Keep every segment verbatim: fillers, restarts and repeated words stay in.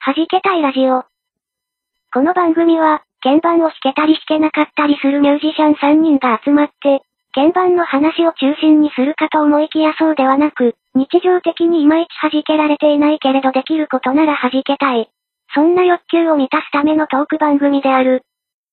弾けたいラジオ。この番組は、鍵盤を弾けたり弾けなかったりするミュージシャンさんにんが集まって、鍵盤の話を中心にするかと思いきやそうではなく、日常的にいまいち弾けられていないけれどできることなら弾けたい。そんな欲求を満たすためのトーク番組である。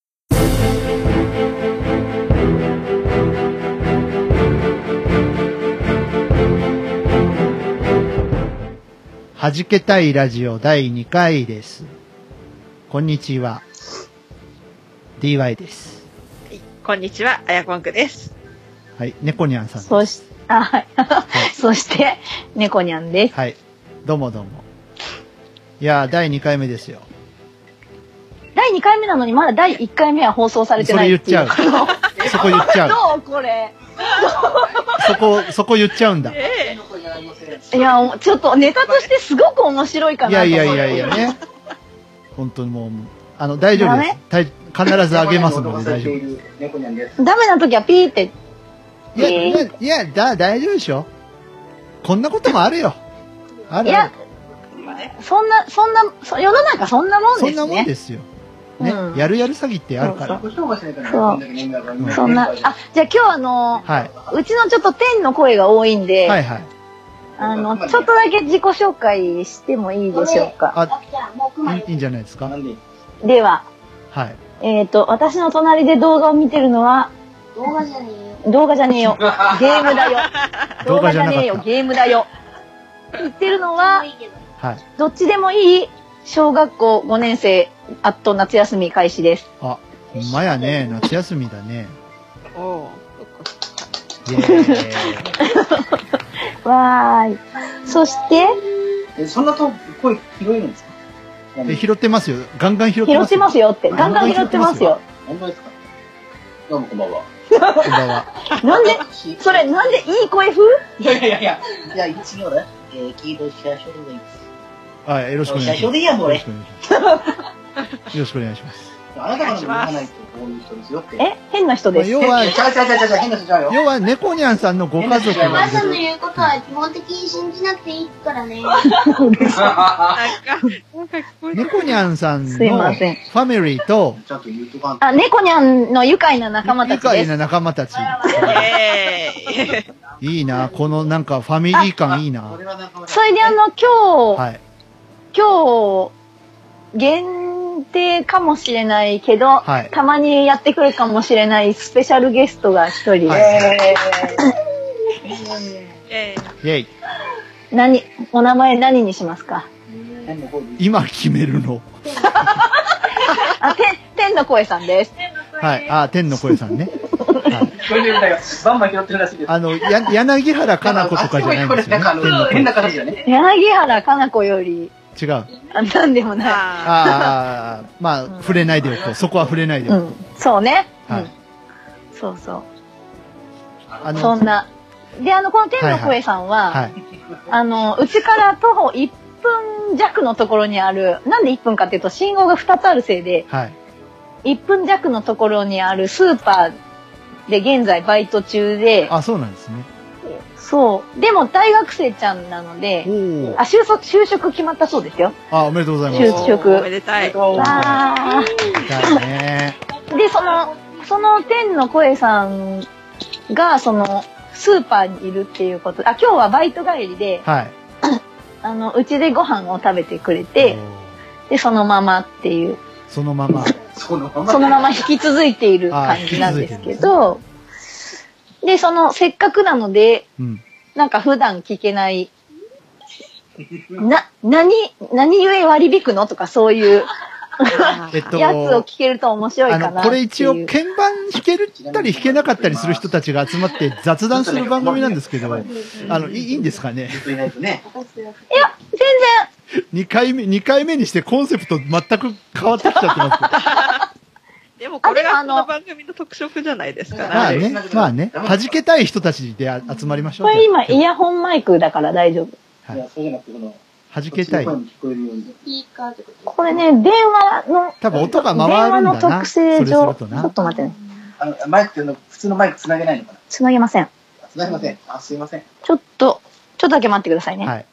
弾けたいラジオだいにかいです。こんにちは。ディーワイ です。 はい、こんにちは、あやこんくです。 はい、猫にゃんさんです。 そし、あ、はい。はい、そして、猫にゃんです。 はい、どうもどうも。いやー、だいにかいめですよ。 だいにかいめなのにまだだいいっかいめは放送されてないっていう。それ言っちゃう。そこ言っちゃう。 どうこれ。 そこ、そこ言っちゃうんだ。 えー、いや、ちょっとネタとしてすごく面白いかなと思って。 いやいやいやいやね。本当にもう、あの、大丈夫です。必ずあげますので大丈夫です。 ダメな時はピーって。 いや、いや、いやだ、大丈夫でしょ。こんなこともあるよ。ある。いや、 そんな、そんな、世の中そんなもんですね。 そんなもんですよ。ね、うん、やるやる詐欺ってあるから。 そうそう。そうそんな、あ、じゃあ今日あの、はい、うちのちょっと天の声が多いんで、はいはい。あの、ちょっとだけ自己紹介してもいいでしょうか。 あ、いいんじゃないですか。 では、 はい。 えっと、私の隣で動画を見てるのは、動画じゃねえよ。動画じゃねえよ。ゲームだよ。動画じゃねえよ。ゲームだよ。言ってるのは、はい。どっちでもいい小学校ごねん生、あっと夏休み開始です。 あ、ほんまやね。夏休みだね。 おー。 イェーイ。 わーい。そして、 え、そんなと声拾えるんですか？ え、拾ってますよ。ガンガン拾ってますよ。 拾ってますよって。ガンガン拾ってますよ。 本当ですか？どうもこんばんは。 こんばんは。 なんで、それなんでいい声風？ いやいやいやいや、いや、一応ね、えー、キード車掌でいいです。 はい、よろしくお願いします。 車掌でいいや、もうね。 よろしくお願いします。 あなたからも言わないとこういう人ですよって。 え、変な人です。 要は、 要は猫ニャンさんのご家族が。 お母さんの言うことは基本的に信じなくていいからね。 猫ニャンさんのファミリーと、 あ、猫ニャンの愉快な仲間たちです。 愉快な仲間たち。いいな、このなんかファミリー感いいな。 それであの今日、はい、今日限定かもしれないけど、はい、たまにやってくるかもしれないスペシャルゲストが一人。はい、イェイ。何、お名前何にしますか？ 今決めるの。 あ、天、天の声さんです。 はい、あ、天の声さんね。 これでだよ。バンバン拾ってるらしいです。 あの、や、柳原かな子とかじゃないんですよね。 変な感じだね。 柳原かな子より。 違う。 あ、なんでもない。 ああ、まあ、触れないでおこう。そこは触れないでおこう。そうね。はい。そうそう。あの、そんな。で、あの、この天の声さんは、あの、うちから徒歩いっぷん弱のところにある、なんでいっぷんかっていうと、信号がふたつあるせいで、はい。いっぷん弱のところにあるスーパーで現在バイト中で、 あ、そうなんですね。 そう。でも大学生ちゃんなので、あ、就職、就職決まったそうですよ。 あ、おめでとうございます。 就職。 おめでたい。 ああ。ね。 で、その、その天の声さんが、その、スーパーにいるっていうことで、あ、今日はバイト帰りで、はい。あの、うちでご飯を食べてくれて、で、そのままっていう。 そのまま。 そのまま。そのまま引き続いている感じなんですけど、で、その、せっかくなので、うん、なんか普段聞けない、な、何、何故割引くのとかそういう、えっと、やつを聞けると面白いかなっていう。 これ一応、鍵盤弾けたり弾けなかったりする人たちが集まって雑談する番組なんですけど、あの、いいんですかね。 いや、全然。 にかいめ、二回目にしてコンセプト全く変わってきちゃってます。 でもこれがこの番組の特色じゃないですかね。 まあね、まあね、弾けたい人たちで集まりましょう。 これ今イヤホンマイクだから大丈夫。 はい。弾けたい。 これね、電話の、 多分音が回るんだな。 電話の特性上、ちょっと待ってね。 あの、マイクっていうの、普通のマイクつなげないのかな？ つなげません。 つなげません。あ、すいません。 ちょっと、ちょっとだけ待ってくださいね。はい。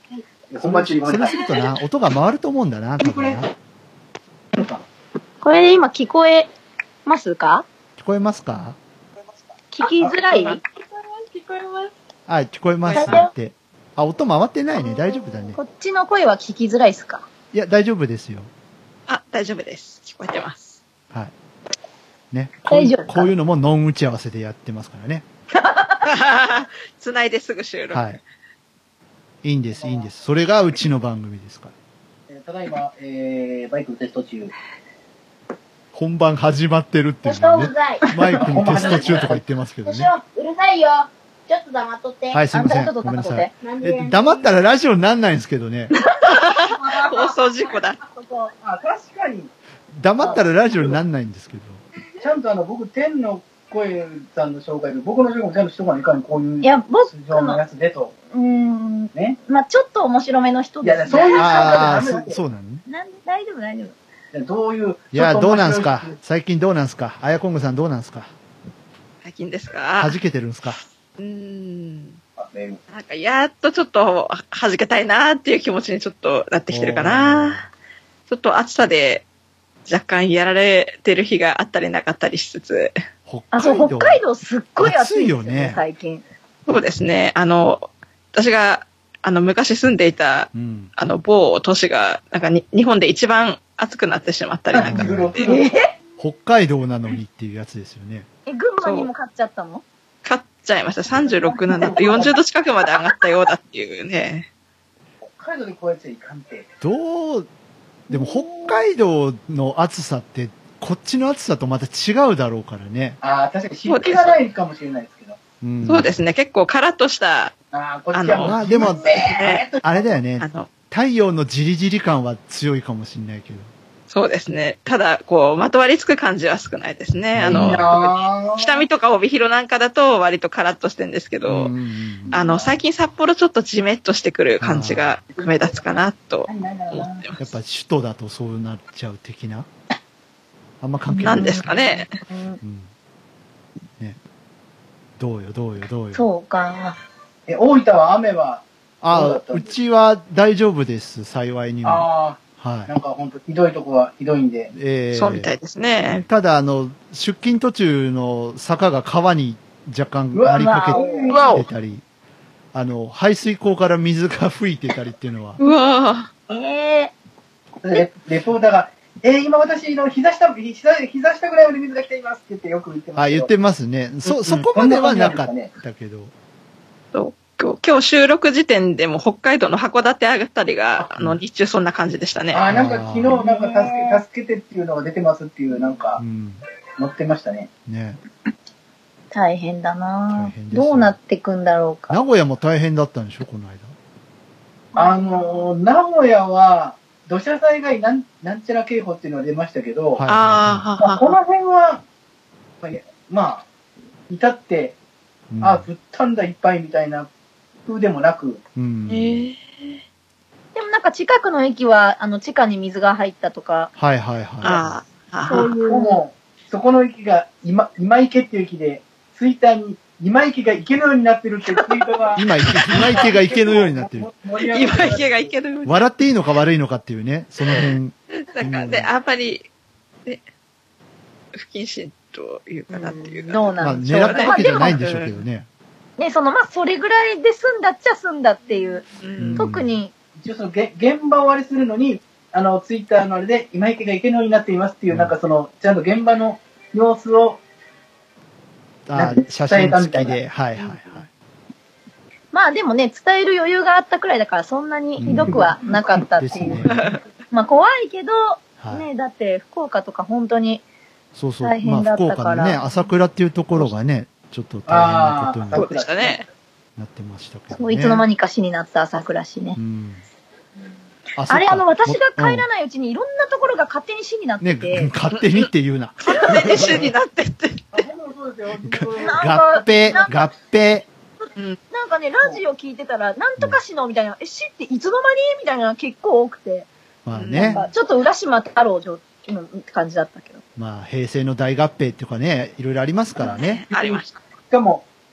本番中にそれするとな、音が回ると思うんだな、多分な。 これで今聞こえますか？ 聞こえますか？ 聞きづらい？ 聞こえます。 あ、聞こえますって。あ、音回ってないね。大丈夫だね。 こっちの声は聞きづらいですか？ いや、大丈夫ですよ。 あ、大丈夫です。聞こえてます。 はい。ね。こういう大丈夫かこういうのもノン打ち合わせでやってますからね。 つないですぐ収録。 はい。いいんです、いいんです。それがうちの番組ですから。 えーただいま、えー、バイクのテスト中。 本番始まってるっていうそのね。 ううざい。 マイクにテスト中とか言ってますけどね。 うるさいよ。ちょっと黙っとって。 はい、すいません。 あんたちょっとごめんなさい。 なんでえ、黙ったらラジオになんないんですけどね。 放送事故だ。 ここ。 あ、確かに、 黙ったらラジオになんないんですけど。 ちゃんとあの、僕、天の声さんの紹介で、僕の紹介もちゃんとしとかないかん、こういう、 いや、僕素性のやつでと。 うーん。 ね。 まあちょっと面白めの人いや、 ですそういうああ、そ感じでそうなのね。 なんで大丈夫大丈夫。 いやどういう。 いや、どうなんすかちょっと面白い最近どうなんすかあやこんぐさんどうなんすか最近ですか？ 弾けてるんすかうーん。 あメールなんか、やっとちょっと弾けたいなっていう気持ちにちょっとなってきてるかな。ちょっと暑さで若干やられてる日があったりなかったりしつつ。 北あ、そう、 海道。 北海道すっごい暑いんですよね暑いよね、 最近。 そうですね。あの、私が、あの、昔住んでいた、 うん。 あの、某都市が、なんかに、日本で一番暑くなってしまったりなんかして、 え北海道なのにっていうやつですよね。 え、群馬にも買っちゃったの？ 買っちゃいました。さんじゅうろく、ななってよんじゅうど近くまで上がったようだっていうね。 北海道でこうやっていかんて。 どう、でも北海道の暑さって、こっちの暑さとまた違うだろうからね。 ああ、確かに湿気がないかもしれないですけど。 うん。 そうですね。結構カラッとした、 ああ、こっちはもう。 まあでも、 ね、 あれだよねあ。の、 太陽のじりじり感は強いかもしれないけど。 そうですね。ただ、こう、まとわりつく感じは少ないですね。あいいの、 なー北見とか帯広なんかだと割とカラッとしてるんですけど、 うんうんうんあの、最近札幌ちょっとジメッとしてくる感じが目立つかなと思ってまやっぱ首都だとそうなっちゃう的なあんま関係す。 な。 ないんですかね。 うんうん。ね。どうよ、どうよ、どうよ。 そうか。 え、大分は雨は、どうだあったんですかうちは大丈夫です、幸いにも。 ああ、 はなんかほんとひどいとこはひどいんで。 い。えーそうみたいですね。 ただ、あの、出勤途中の坂が川に若干うわ張りかうわけてたり、あの、排水溝から水が吹いてたりっていうのは、 うわええレレポーターが、えー、今私の膝下、膝、膝下ぐらいまで水が来ていますって言ってよく言ってますあ、 けど。 言ってますね。そ、 うんそこまではなかったけど。 ー今日今日収録時点でも北海道の函館あたりが、あの、日中そんな感じでしたね。 ああ、なんか昨日なんか助け、助けてっていうのが出てますっていう、なんかう、ん。 載ってましたね。 ね。 大変だな大変ですよどうなってくんだろうか。 名古屋も大変だったんでしょ、この間。 あのー、名古屋は、土砂災害なん、なんちゃら警報っていうのが出ましたけど、 はいあまあ、こあ、 の辺は、まあいや、まあ、至って、 うんああ、降ったんだいっぱいみたいな風でもなく、 うん。 えーでもなんか近くの駅は、あの、地下に水が入ったとか、 はいはいはああ、あそういう。 もう、そこの駅が今、今池っていう駅で、ツイッターに今池が池のようになってるってツイートがい。、今池、今池が池のようになってる。 盛り上が今池がいける。 笑っていいのか悪いのかっていうね、その辺。 なんかね、あんまり、ね、不謹慎というかなっていうか。 どうまあなんでしょう狙ったわけじゃないんでしょうけどね。 ね、その、まあ、それぐらいで済んだっちゃ済んだっていう。 うん特に、 一応そのげ現場をあれするのに、あの、ツイッターのあれで、今池が池のようになっていますっていう、 うんなんかその、ちゃんと現場の様子を、 あー写真付きで。はいはいはい。 まあでもね、伝える余裕があったくらいだから、そんなにひどくはなかったってですいう。 ね。 まあ怖いけど、 はい。 ね、だって福岡とか本当に、 そうそう。 大変だったからまあ福岡のね、朝倉っていうところがね、ちょっと大変なことにそうでしたね。 なってましたけどね。 そういつの間にか死になった朝倉市ねう。ん。 あれ、あの、私が帰らいないうちにいろんなところが勝手に死になってね、 て、 勝手にって言うな。 一緒になってって。 あ僕もそうですよ。 合併、 なんか合併。 うん。 なんかね、ラジオ聞いてたら、なんとか市のみたいな、え、市っていつの間にみたいなのが結構多くて、なんまあね。 かちょっと浦島太郎の感じだったけど。 まあ、平成の大合併っていうかね、いろいろありますからね。 ありました。 しかも、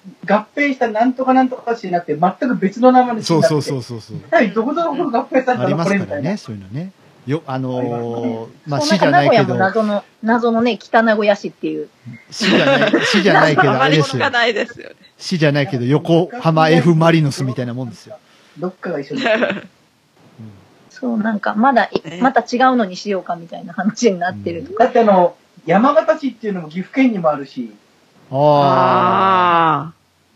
合併したなんとかなんとかじゃなくて、全く別の名前でそうそうそうそうそう。 はい、どこどこ合併されたありのますからね、そういうのね。よ、あのー、まあ、 そう死じゃないけど。 謎の、謎のね、北名古屋市っていう。 死じゃない、死じゃないけど、あれですよ。 ないですよね。 死じゃないけど、横浜 F マリノスみたいなもんですよ。 どっかが一緒に。 そう、なんか、まだ、また違うのにしようかみたいな話になってるとか。 だってあの、山形市っていうのも岐阜県にもあるし。 ああ。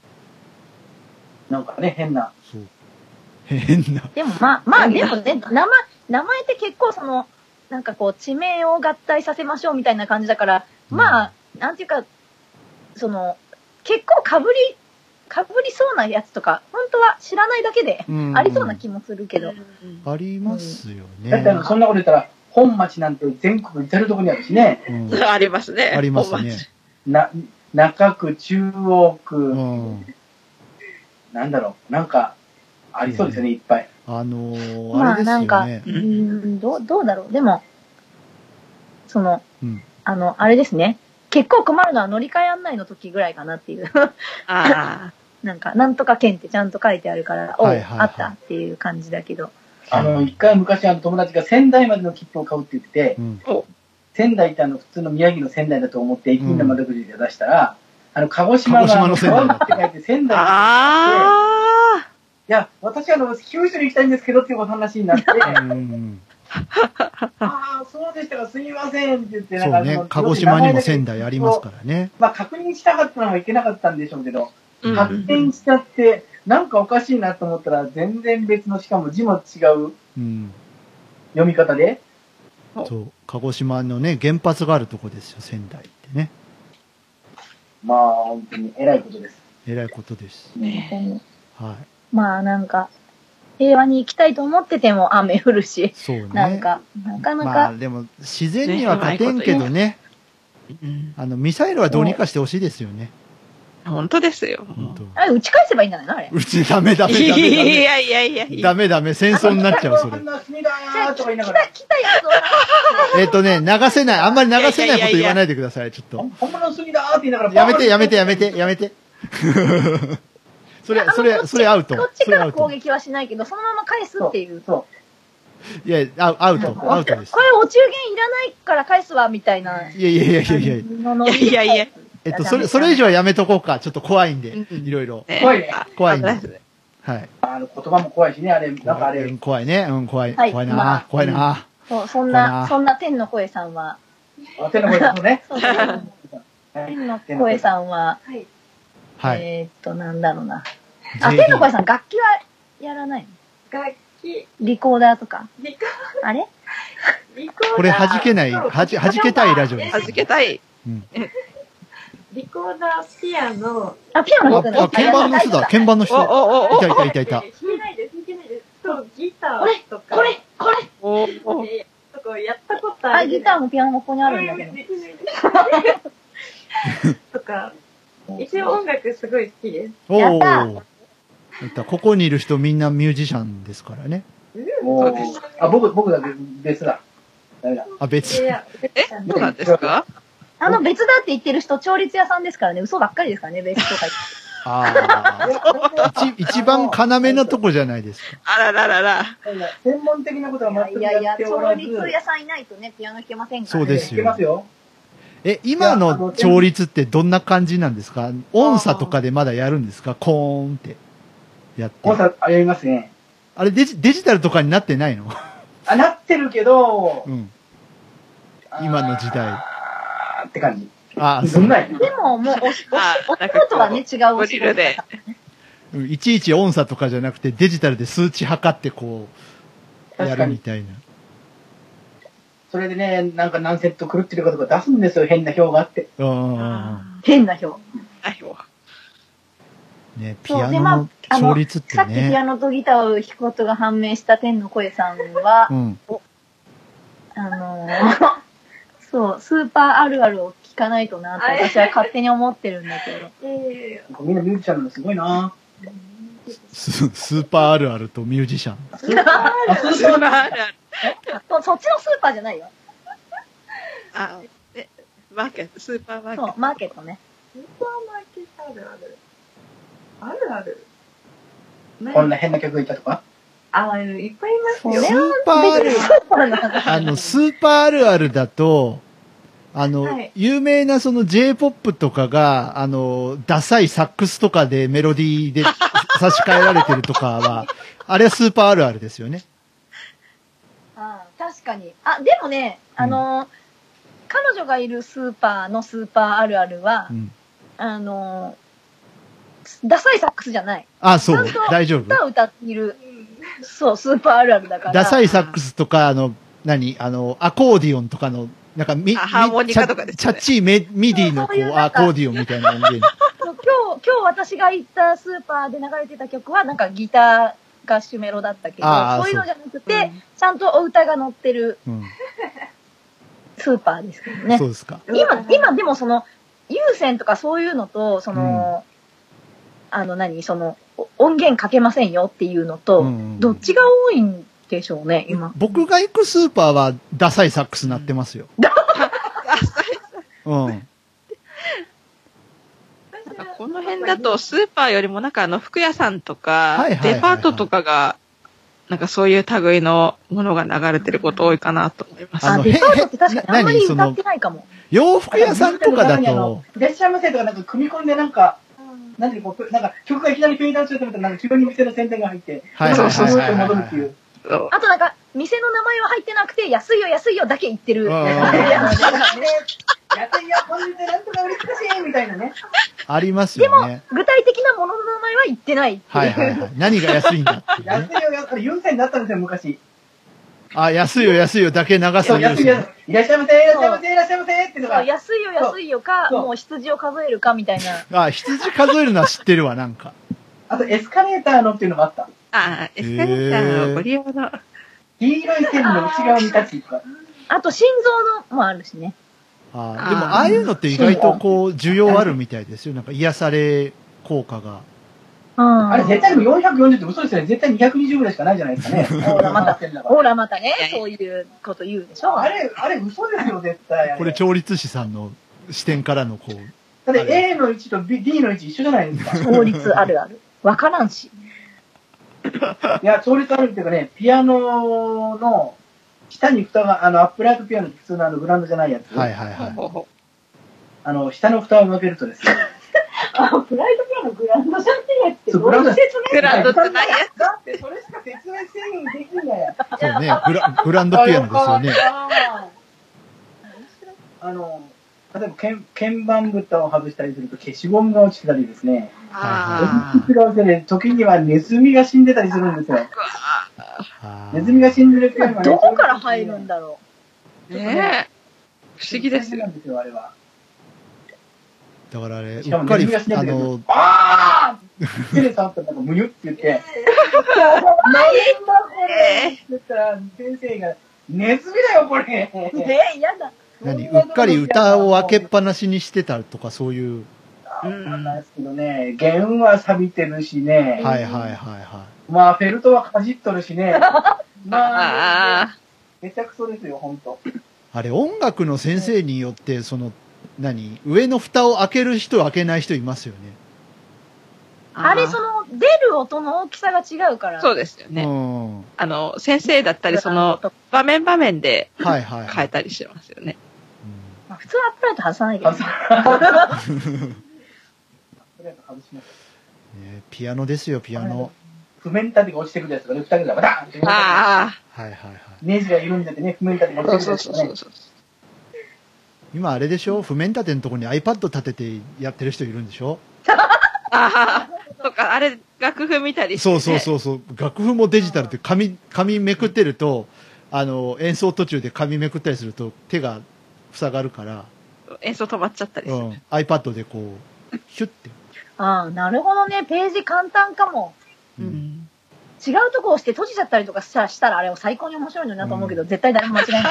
なんかね、変な。 そう。変な。 でもまあ、まあでもね、名前、名前って結構その、なんかこう、地名を合体させましょうみたいな感じだから、うん、まあ、なんていうか、その、結構かぶり、かぶりそうなやつとか、本当は知らないだけで、ありそうな気もするけど。 ありますよね。 だってあの、そんなこと言ったら、本町なんて全国至るところにあるしね。 うん、ありますね。 ありますね。 な、中区、中央区、うん、なんだろう、なんか、ありそうですよね、いっぱい。 あのー、 まあ、 あれですよね。 なんか、うん、どう、どうだろう。でも、その、 うん、 あの、あれですね。結構困るのは乗り換え案内の時ぐらいかなっていう。ああ。なんか、なんとか県ってちゃんと書いてあるから、お、はいはいはい、あったっていう感じだけど。 あの、一回昔あの友達が仙台までの切符を買うって言ってて、うん、仙台ってあの普通の宮城の仙台だと思って駅員の窓口で出したら、うん、あの、鹿児島がの仙台って書いて仙台って、いや、私はあの、九州に行きたいんですけどっていう話になって、うんああ、そうでしたか、すみませんって言って、なんか、 そうね、鹿児島にも仙台ありますからね。 まあ、確認したかったのはいけなかったんでしょうけど、うん、発展しちゃって、なんかおかしいなと思ったら、全然別の、しかも字も違う、うん、読み方で。 そう、鹿児島のね、原発があるとこですよ、仙台ってね。 まあ、本当に偉いことです。 偉いことです。 ね、 はい。 まあ、なんか、平和に行きたいと思ってても雨降るし。 そうね。 なんか、なかなか。 まあでも、自然には勝てんけどね。ねあの、ミサイルはどうにかしてほしいですよね。 本当ですよ。 あれ、撃ち返せばいいんじゃないのあれ。 撃ち、ダメダメダメダメ。 いやいやいやいや。 ダメダメ、戦争になっちゃう、それ。 来た、来たやつを。えっとね、流せない、あんまり流せないこと言わないでください、ちょっと。 本物の炭だーって言いながら。 やめて、やめて、やめて、やめて。それ、それ、それアウト。 こっちから攻撃はしないけど、そのまま返すっていう。そう。いや、アウト、アウトです。 これお中元いらないから返すわ、みたいな。 いやいやいやいやいや。 いやいや。 えっと、それ、それ以上はやめとこうか。ちょっと怖いんで、いろいろ。 怖いね。 怖いんで。はい。 あの、言葉も怖いしね、あれ、なんかあれ。 怖いね。うん、怖い。怖いな。怖いな。 そう、そんな、そんな天の声さんは。 天の声さんね。 天の声さんは、 はい。 えっと、なんだろうな。あ、天の声さん、楽器はやらないの？ 楽器。 リコーダーとか。 リコーあれリコーダー。 これ弾けない、はじ、弾けたいラジオです。 弾けたい。 うん。 リコーダー、ピアノ。 あ、ピアノ弾くの？ あ、鍵盤の人だ、鍵盤の人。 おおおいたいたいたいた。 弾けないです、弾けないです。と、ギターとか。 これ、これ、 おお。とか、やったことある。 あ、ギターもピアノもここにあるんだけど。 とか、一応音楽すごい好きです。 おお。ここにいる人みんなミュージシャンですからね。 そうです。あ、僕、僕だけ別だ。ダメだ。 あ、別。 え、そうなんですか？ あの別だって言ってる人、調律屋さんですからね、嘘ばっかりですからね、別とか言って。 ああ。一、一番要のとこじゃないですか。 あらららら。 専門的なことは全くやっておらず。 いやいや、調律屋さんいないとね、ピアノ弾けませんからね。そうですよ。 弾けますよ。 え、今の調律ってどんな感じなんですか？音差とかでまだやるんですか？コーンって。やって。 音差、あれやりますね。 あれデジ、デジタルとかになってないの？ あ、なってるけど、 うん。今の時代。 あーって感じ。 ああ、 そう。でも、もう、お、お、お仕事はね、違うお仕事で。 いちいち音差とかじゃなくて、デジタルで数値測ってこう、やるみたいな。 それでね、なんか何セット狂ってるかとか出すんですよ、変な表があって。 変な表。 ね、ピアノの調律ってね。 さっきピアノとギターを弾くことが判明した天の声さんは、うん、あのー、そう、スーパーあるあるを聞かないとなって私は勝手に思ってるんだけど。 えー、みんなミュージシャンなのすごいなススーパーあるあるとミュージシャン。 スーパーあるある。スーパーあるある。そっちのスーパーじゃないよ。 あ、え、マーケット、スーパーマーケット。 そう、マーケットね。 スーパーマーケットあるある。 あるある。 こんな変な曲がいたとかああ、いっぱいいますよ。 スーパーあるあの、スーパーあるあるだと、あの、はい、有名なその J-ポップ とかが、あの、ダサいサックスとかでメロディーで差し替えられてるとかは、あれはスーパーあるあるですよね。 ああ、確かに。あ、でもね、あの、うん、彼女がいるスーパーのスーパーあるあるは、うん、あの、ダサいサックスじゃない。 あ、そう、大丈夫。 歌を歌っている。そう、スーパーあるあるだから。 ダサいサックスとか、あの、何あの、アコーディオンとかの、なんかみ、 ハーモニカとかですね。 チャッチーメミディのこう、アコーディオンみたいな音源。 今日、今日私が行ったスーパーで流れてた曲は、なんかギターガッシュメロだったけど、そういうのじゃなくて、うん、ちゃんとお歌が載ってる、うん、スーパーですけどね。 そうですか。 今、今でもその、有線とかそういうのと、その、うん、あの何、その、音源かけませんよっていうのと、うん、どっちが多いんでしょうね、今。 僕が行くスーパーはダサいサックスなってますよ。うん。なんかこの辺だとスーパーよりもなんかあの服屋さんとかデパートとかがなんかそういう類のものが流れてること多いかなと思います。 あ、デパートって確かにあんまり歌ってないかも。 洋服屋さんとかだと。 いらっしゃいませとかなんか組み込んでなんか、なんでこう、なんか曲がいきなりフェードアウトしてるとなんか急に店の宣伝が入って、そうそうそう戻るっていう。 あとなんか、店の名前は入ってなくて、安いよ安いよだけ言ってる。安いよ、 本日なんとか売りつかしみたいなね。 ありますよね。 でも、具体的なものの名前は言ってないっていう。 はいはいはい。何が安いんだって、 ね。安いよ、あれ優先だったんですよ、昔。 あ、安いよ安いよだけ流す。 そう、安いよ。いらっしゃいませ、いらっしゃいませ、いらっしゃいませってのが。 安いよ安いよか、もう羊を数えるかみたいな。 あ、羊数えるのは知ってるわ、なんか。 あと、エスカレーターのっていうのもあった。 あ、エスカレーターのご利用の。 黄色い線の内側に立つとか。 あと、心臓のもあるしね。 あでも、ああいうのって意外とこう、需要あるみたいですよ。なんか癒され効果が。 あれ、絶対でもよんひゃくよんじゅうって嘘ですよね。絶対にひゃくにじゅうぐらいしかないじゃないですかね。 ほら、また、ほら、またね、そういうこと言うでしょ。 あれ、あれ嘘ですよ、絶対。 これ、調律師さんの視点からのこう。 だって A の位置と B、D の位置一緒じゃないですか。 調律あるある。わからんし。 いや、調律あるっていうかね、ピアノの下に蓋が、あの、アップライトピアノって普通のあのグランドじゃないやつ。 はいはいはい。 あの、下の蓋を開けるとですね。 あ、フライトピアノグランドじゃねえって。 グランドグランドってないやつ。 だってそれしか説明せんできんだよ。 そうね、グラ、グランドピアノですよね。 あの、例えば鍵、鍵盤蓋を外したりすると消しゴムが落ちてたりですね。 ああ。で時にはネズミが死んでたりするんですよ。ネズミが死んでるピアノがね。どこから入るんだろう。ねえ。不思議ですよ。 なんですよ、あれは。 だからあれ、うっかり、あの、 あー手で触ったらなんかムニュって言って、なんだこれって言ったら、先生が、ネズミだよ、これ。 えー、やだ。 何うっかり歌を開けっぱなしにしてたとか、そういう。 うん、なんですけどね、弦は錆びてるしね。 はいはいはいはい。 まあ、フェルトはかじっとるしね。 まあ、 めちゃくそですよ、ほんと。 あれ、音楽の先生によって、その、何上の蓋を開ける人、開けない人いますよね。 あれ、その、出る音の大きさが違うから。 そうですよね。うん、あの、先生だったり、その、場面場面で変えたりしますよね。 まあ、普通はアップライト外さないけど。 ね、ピアノですよ、ピアノ。 譜面立てが落ちてくるやつがね、二人がバタンって。 ああ。はいはいはい。 ネジが緩んでてね、譜面立てが落ちてくるやつがね。 今あれでしょ譜面立てのところに iPad 立ててやってる人いるんでしょああ、とか、あれ、楽譜見たりして、ね。 そうそうそうそう。楽譜もデジタルって紙、紙めくってると、あの、演奏途中で紙めくったりすると手が塞がるから。 演奏止まっちゃったりする。うん。 iPad でこう、ヒュッて。 ああ、なるほどね。ページ簡単かも。 うん。 違うとこ押して閉じちゃったりとかしたらあれ最高に面白いのになと思うけど、うん、絶対誰も間違いない。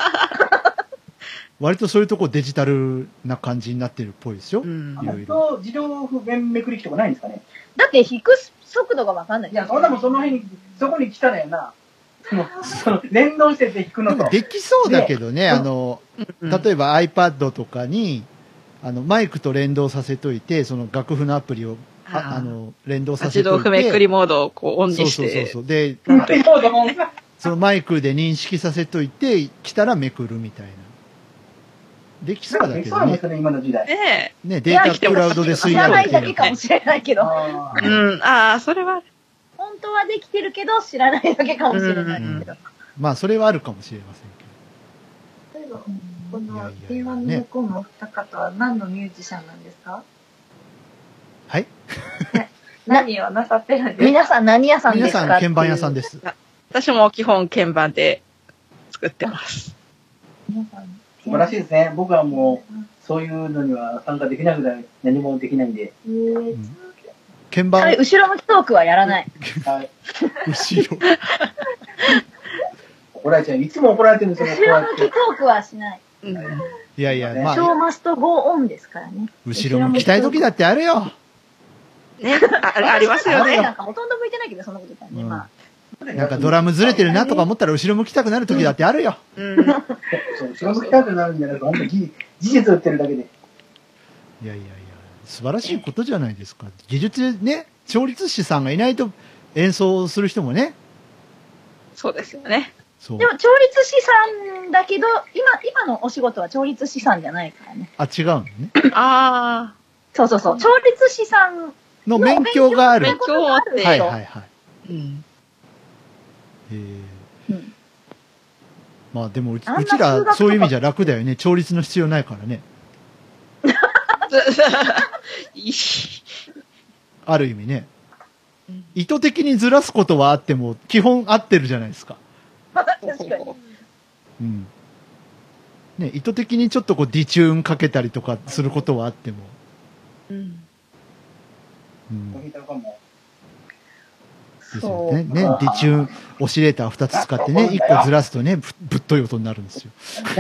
割とそういうとこデジタルな感じになってるっぽいですよ。うん。 いろいろ。自動譜面めくり機とかないんですかね。 だって引く速度がわかんない。 いや、そんなもんその辺に、そこに来たらやな。その、その連動してて引くのと。 でもできそうだけどね、あの、例えば iPad とかに、あの、マイクと連動させといて、その楽譜のアプリをああの、連動させて。 自動譜めくりモードをこうオンにして。 そうそうそうそう。で、そのマイクで認識させといて、来たらめくるみたいな。できそうだけどね。 今の時代。 ねえ。ね、データクラウドで吸い上げてる。知らないだけかもしれないけど。 うん、ああ、それは。 本当はできてるけど、知らないだけかもしれないけど。 まあ、それはあるかもしれませんけど。 例えば、この電話の向こうのお二方は何のミュージシャンなんですか？ はい。 何をなさってるんですか？ 皆さん何屋さんですか？ 皆さん鍵盤屋さんです。 私も基本鍵盤で作ってます。 素晴らしいですね。僕はもう、そういうのには参加できないぐらい何もできないんで。 鍵盤。 はい、後ろ向きトークはやらない。 はい。 後ろ。 怒られちゃう。いつも怒られてるんですよ、 後ろ向きトークはしない。 いやいや、まあ。 ショーマストゴーオンですからね。 後ろ向きたい時だってあるよ。 ね、あ, ありますよね。 なんかほとんど向いてないけど、そんなこと言ったらね、まあ。 なんかドラムずれてるなとか思ったら後ろ向きたくなる時だってあるよ。 うん。そう、後ろ向きたくなるんじゃなくて、本当に事実を言ってるだけで。 いやいやいや、素晴らしいことじゃないですか。技術ね、調律師さんがいないと演奏する人もね。 そうですよね。 そう。 でも調律師さんだけど、今、今のお仕事は調律師さんじゃないからね。 あ、違うのね。 ああ。 そうそうそう。調律師さんの免許がある。 免許を持って。 はいはいはい。うん。えー、うん、まあでもうち、うちらそういう意味じゃ楽だよね。調律の必要ないからね。ある意味ね。意図的にずらすことはあっても、基本合ってるじゃないですか。 確かに。 うん。ね、意図的にちょっとこうディチューンかけたりとかすることはあっても。うん。うん。ですよね。ね、ディチューン、オシレーターふたつ使ってね、いっこずらすとね、ぶ, ぶっとい音になるんですよ。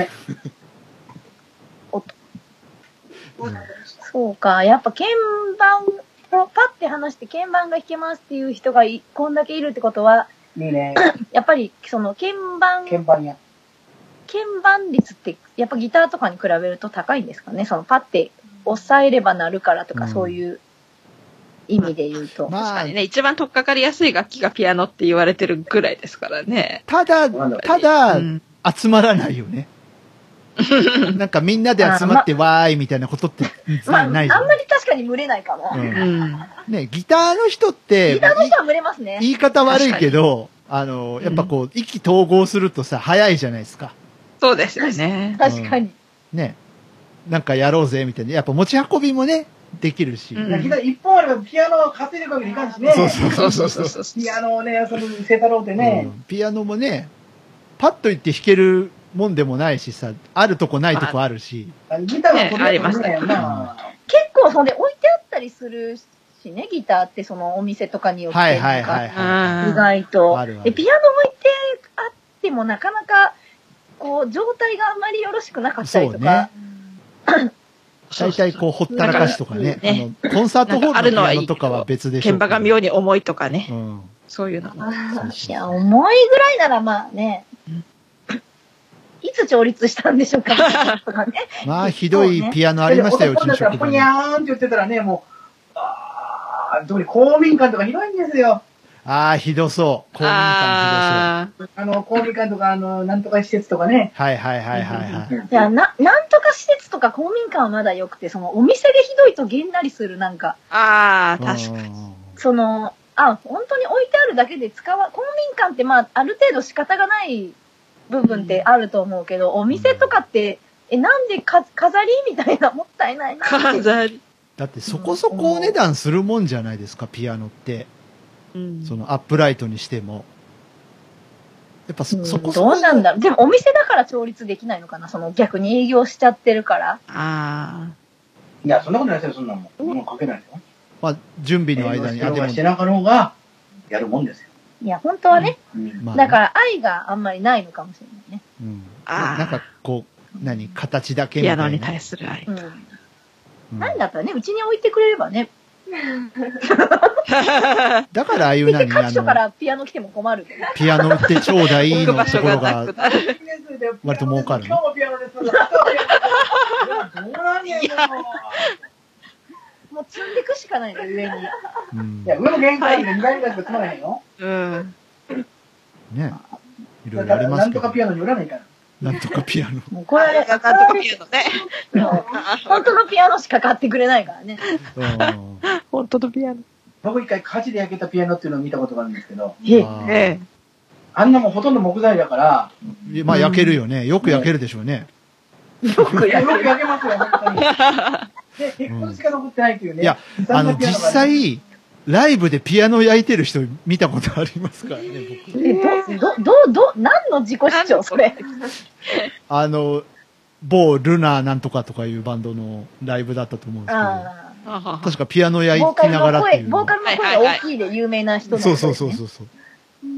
うん、そうか、やっぱ鍵盤をパッて離して鍵盤が弾けますっていう人がいこんだけいるってことは、 いいね、 やっぱりその鍵盤、 鍵盤や。 鍵盤率ってやっぱギターとかに比べると高いんですかね。そのパッて押さえれば鳴るからとか、うん、そういう意味で言うと。 まあ、確かにね、一番取っかかりやすい楽器がピアノって言われてるぐらいですからね。 ただ、ただ、うん、集まらないよね。なんかみんなで集まってわーいみたいなことってまないじゃん。まあ、あんまり確かに群れないかも。うん、 ね、ギターの人って、 ギターの人は群れますね。 言い方悪いけど、あの、やっぱこう、意気投合するとさ、早いじゃないですか。 そうですよね。 確かに。 うん、ね。なんかやろうぜみたいな。やっぱ持ち運びもね、できるし。 うん、ギター一本あればピアノを担いでいくわけにいかんしね。 そうそうそうそうそう。 ピアノをね、そのセタローでね、 うん。ピアノもね、パッと言って弾けるもんでもないしさ、あるとこないとこあるし。 ギターはこれ、ね、 ありましたよ、 まあ。 結構それ置いてあったりするしね、ギターってそのお店とかによって。 はいはいはいはい。 意外と。 あるあるで、ピアノ置いてあってもなかなか、こう、状態があまりよろしくなかったりとか。 そうね。大体こう、ほったらかしとかね。ねあの、コンサートホールのピアノとかは別でしょ。 鍵盤が妙に重いとかね。うん、そういうの。 いや、重いぐらいならまあね。いつ調律したんでしょうか、ね、 まあ、ひどいピアノありましたよ、うちの職場に。 ぷにゃーんって言ってたらね、もう、ああ、特に公民館とかひどいんですよ。 ああ、ひどそう。公民館ひどそう。 あの、公民館とか、あの、なんとか施設とかね。 はいはいはいはいはい。 いや、な、なんとか施設とか公民館はまだ良くて、その、お店でひどいとげんなりする、なんか。 ああ、確かに。 その、あ、本当に置いてあるだけで使わ、公民館ってまあ、ある程度仕方がない部分ってあると思うけど、お店とかって、え、なんでか飾りみたいな、もったいないな。 飾り。 だってそこそこお値段するもんじゃないですか、ピアノって。うん、そのアップライトにしても。やっぱ そ,、うん、そこそこ。 どうなんだろう。でもお店だから調律できないのかな、その逆に営業しちゃってるから。 ああ。 いや、そんなことないですよ、そんなもん。もうかけないですよ。 まあ、準備の間に。 あ、でも。してなかろうが、やるもんですよ。 いや、本当はね。うん、だから愛があんまりないのかもしれないね。 うん。あなんかこう、何、形だけみたいな。 ピアノに対する愛。うん。 うん、なんだったらね、うちに置いてくれればね。 だからああいう何各所からピアノ来ても困る。 ピアノ売ってちょうだいのところが割と儲かるの。 ももう積んでいくしかないの、上に。 うん、いや、上の限界でにだいめだけ積まないの？ うん。 ね。いろいろありますけど。 なんとかピアノに売らないから。 なんとかピアノ。 もうこれ、なんとかピアノね。本当のピアノしか買ってくれないからね。 本当のピアノ。 僕一回火事で焼けたピアノっていうのを見たことがあるんですけど。 ええ。 あんなもんほとんど木材だから。 まあ焼けるよね。よく焼けるでしょうね。 よく焼ける。 よく焼けますよ、本当に。で、鉄骨しか残ってないっていうね。 いや、あの、実際、ライブでピアノ焼いてる人見たことありますからね、僕。 え、ど、ど、ど、ど、何の自己主張それ。 あの、某ルナーなんとかとかいうバンドのライブだったと思うんですけど、確かピアノ焼きながらっていう。 ボーカルの声が大きいで有名な人の、ね。 そうそうそうそうそう。うん、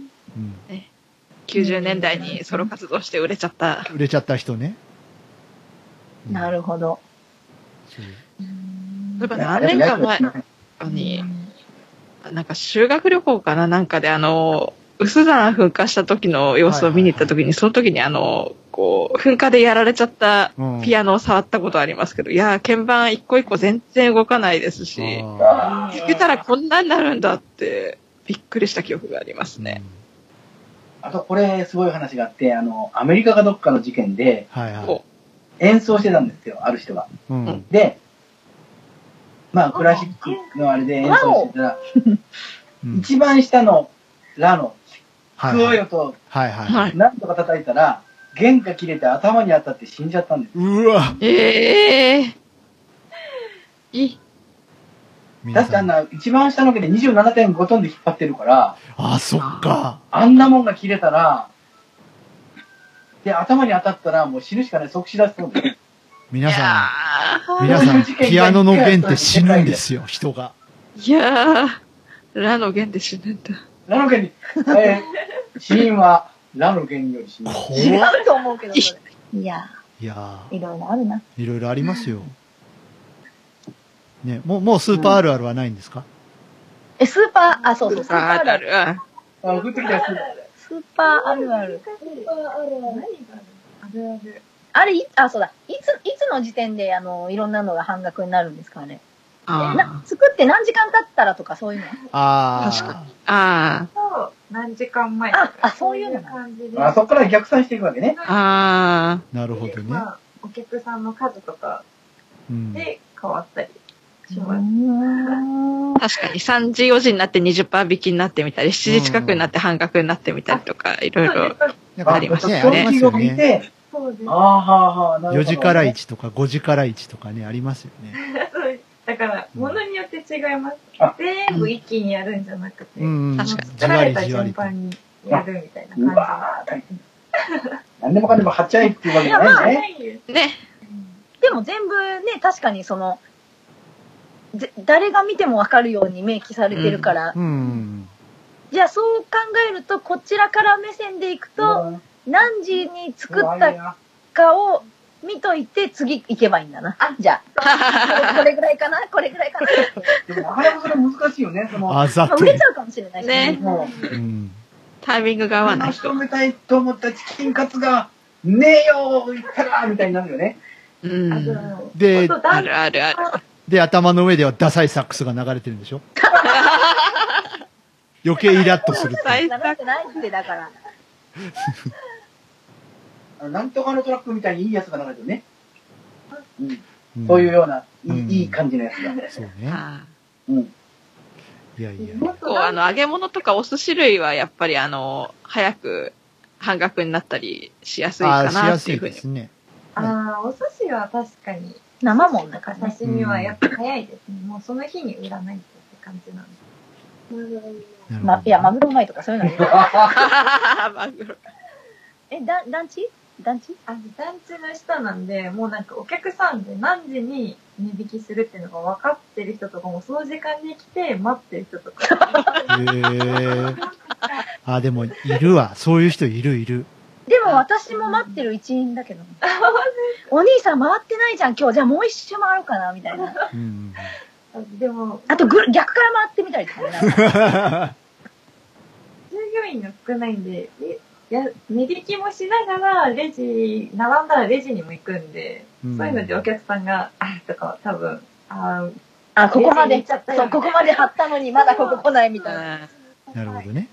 きゅうじゅうねんだいにソロ活動して売れちゃった。 売れちゃった人ね。 なるほど。 例えば何年か前に、なんか修学旅行かななんかであの、薄田噴火した時の様子を見に行った時に、その時にあの、こう、噴火でやられちゃったピアノを触ったことありますけど、いやー、鍵盤一個一個全然動かないですし、弾けたらこんなになるんだって、びっくりした記憶がありますね。 あと、これ、すごい話があって、あの、アメリカかどっかの事件で、 はいはい、 演奏してたんですよ、ある人が。うん、で、まあ、クラシックのあれで演奏してたら、一番下のラの低い音、 はいはい、 なんとか叩いたら、弦が切れて頭に当たって死んじゃったんです。 うわええー。いだってあんな、一番下の毛で にじゅうななてんご トンで引っ張ってるから、 あ、そっか。 あんなもんが切れたら、で、頭に当たったらもう死ぬしかない、即死だそうです。 皆さん、皆さん、ピアノの弦って死ぬんですよ、人が。 いやー、ラの弦で死ぬんだ。 ラの弦に、えー、死因は、ラの弦より死ぬ。 違うと思うけど、それ。いやー、いやー、いろいろあるな。 いろいろありますよ。ね、もう、もうスーパーあるあるはないんですか？ え、スーパー、あ、そうそう、スーパーあるある。 あ、送ってきたやつ。 スーパーあるある。スーパーあるある。何がある？あるある。あれ、あ、そうだ。いつ、いつの時点で、あの、いろんなのが半額になるんですかね。あな作って何時間経ったらとかそういうの。 ああ。 確かに。ああ。 そう。何時間前あ、あ、そういうの感じで。 あ、そこから逆算していくわけね。 ああ。なるほどね。 まあ、お客さんの数とかで変わったりします。 確かにさんじよじになって にじゅっパーセント 引きになってみたり、しちじ近くになって半額になってみたりとか、いろいろありますね。 ありますよね。 そうです。 ああ、はあ、はあ。 よじからいちとかごじからいちとかね、ありますよね。 だから、ものによって違います。全部一気にやるんじゃなくて、 うん、 確かに。 作られた順番にやるみたいな感じ。 何でもかんでも貼っちゃえっていうわけじゃないね。 ね。 でも全部ね、確かにその、誰が見てもわかるように明記されてるから、 うんうん、 じゃあそう考えると、こちらから目線でいくと、何時に作ったかを見といて次行けばいいんだな。じゃあ。これぐらいかなこれぐらいかなでもなかなかそれ難しいよね。そのあざとい。 売れちゃうかもしれないね。うん、タイミングが合わない人。 食べたいと思ったチキンカツが、ねえよ言ったらみたいになるよね。 うん。 で、 あるあるある。 で、頭の上ではダサいサックスが流れてるんでしょ余計イラッとするって。 流れてないってだから。 なんとかのトラックみたいにいいやつが流れてるね。うん。そういうような、いい、うん、いい感じのやつが。 そうね。 うん。 いやいや。 結構、あの、揚げ物とかお寿司類はやっぱり、あの、早く半額になったりしやすいかなっていうふうに。 しやすいですね。 ああ、お寿司は確かに。 生もんだから刺身はやっぱ早いですね。もうその日に売らないって感じなんで。 ま、いや、マグロうまいとかそういうのマグロ。 え、だ、団地団地あ、団地の下なんで、もうなんかお客さんで何時に値引きするっていうのが分かってる人とかも、その時間に来て待ってる人とか。 へー。あ、でもいるわ。そういう人いるいる。 でも私も待ってる一員だけど。お兄さん回ってないじゃん、今日。じゃあもう一周回ろうかな、みたいな。 うん、 でも、 あとぐ、逆から回ってみたりとかね。 従業員が少ないんで、や値引きもしながら、レジ、並んだらレジにも行くんで、うん、そういうのでお客さんが、あとか多分、ああ、ここまで、そう、ここまで貼ったのにまだここ来ないみたいな。 なるほどね。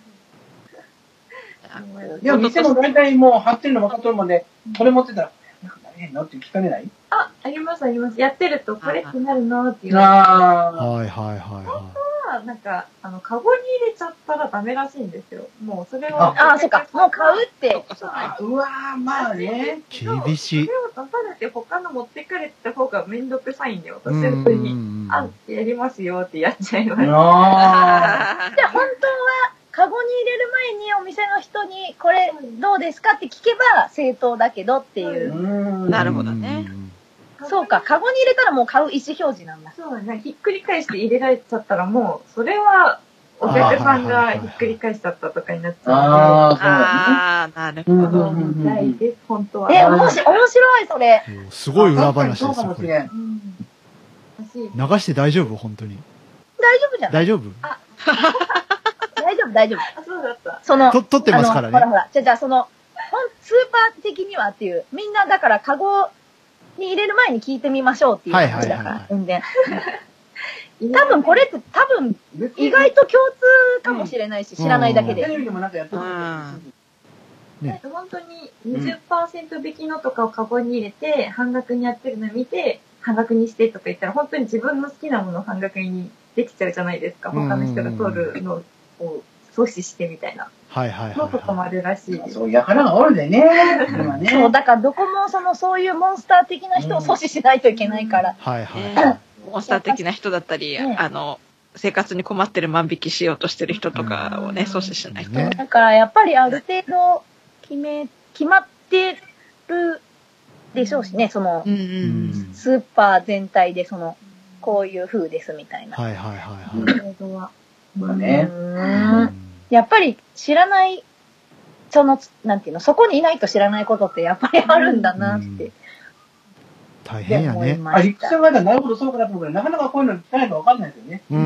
いや、店も大体もう貼ってるの分かっとるもんで、これ持ってたら、なんか何変のって聞かれない？ あ、ありますあります。やってると、これってなるのって言わああ。はいはいはいはい。 本当は、なんか、あの、カゴに入れちゃったらダメらしいんですよ。もう、それは。 ああ、そっか。もう買うって。 うわー、まあね。 厳しい。 それを出されて他の持ってかれた方がめんどくさいんで、私は普通に、あ、やりますよってやっちゃいます。 ああ。じゃあ本当は、カゴに入れる前にお店の人に、これどうですかって聞けば正当だけどっていう。 なるほどね。 そうか、カゴに入れたらもう買う意思表示なんだ。 そうね、ひっくり返して入れられちゃったらもう、それは、お客さんがひっくり返しちゃったとかになっちゃうので。 ああ、なるほど。 ないです、本当は。 え、面白い、それ。 すごい裏話ですよ、これ。流して大丈夫本当に。 大丈夫じゃない大丈夫大丈夫、大丈夫。 あ、そうだった。 その、 と、撮ってますからね。 ほらほら。じゃ、じゃあその、スーパー的にはっていう、みんなだからカゴに入れる前に聞いてみましょうっていう話だから、全然。多分これって多分、意外と共通かもしれないし、知らないだけで。 テレビでもなんかやってる。 本当ににじゅっパーセント引きのとかをカゴに入れて、半額にやってるのを見て、半額にしてとか言ったら、本当に自分の好きなものを半額にできちゃうじゃないですか。他の人が通るのを阻止してみたいな。 はいはいはい。 のとかもあるらしいです。 そう、やからがおるでね。 そう、だからどこもその、そういうモンスター的な人を阻止しないといけないから。 はいはい。 モンスター的な人だったり、あの、生活に困ってる万引きしようとしてる人とかをね、阻止しないと。 だからやっぱりある程度決め、決まってるでしょうしね、その、スーパー全体でその、こういう風ですみたいな。 はいはいはいはい。 まあね。 やっぱり知らない、その、なんていうの、そこにいないと知らないことってやっぱりあるんだなって。 大変やね。 あ、リクさんがなるほどそうかなと思うけど、なかなかこういうの聞かないとわかんないですよね。 うん。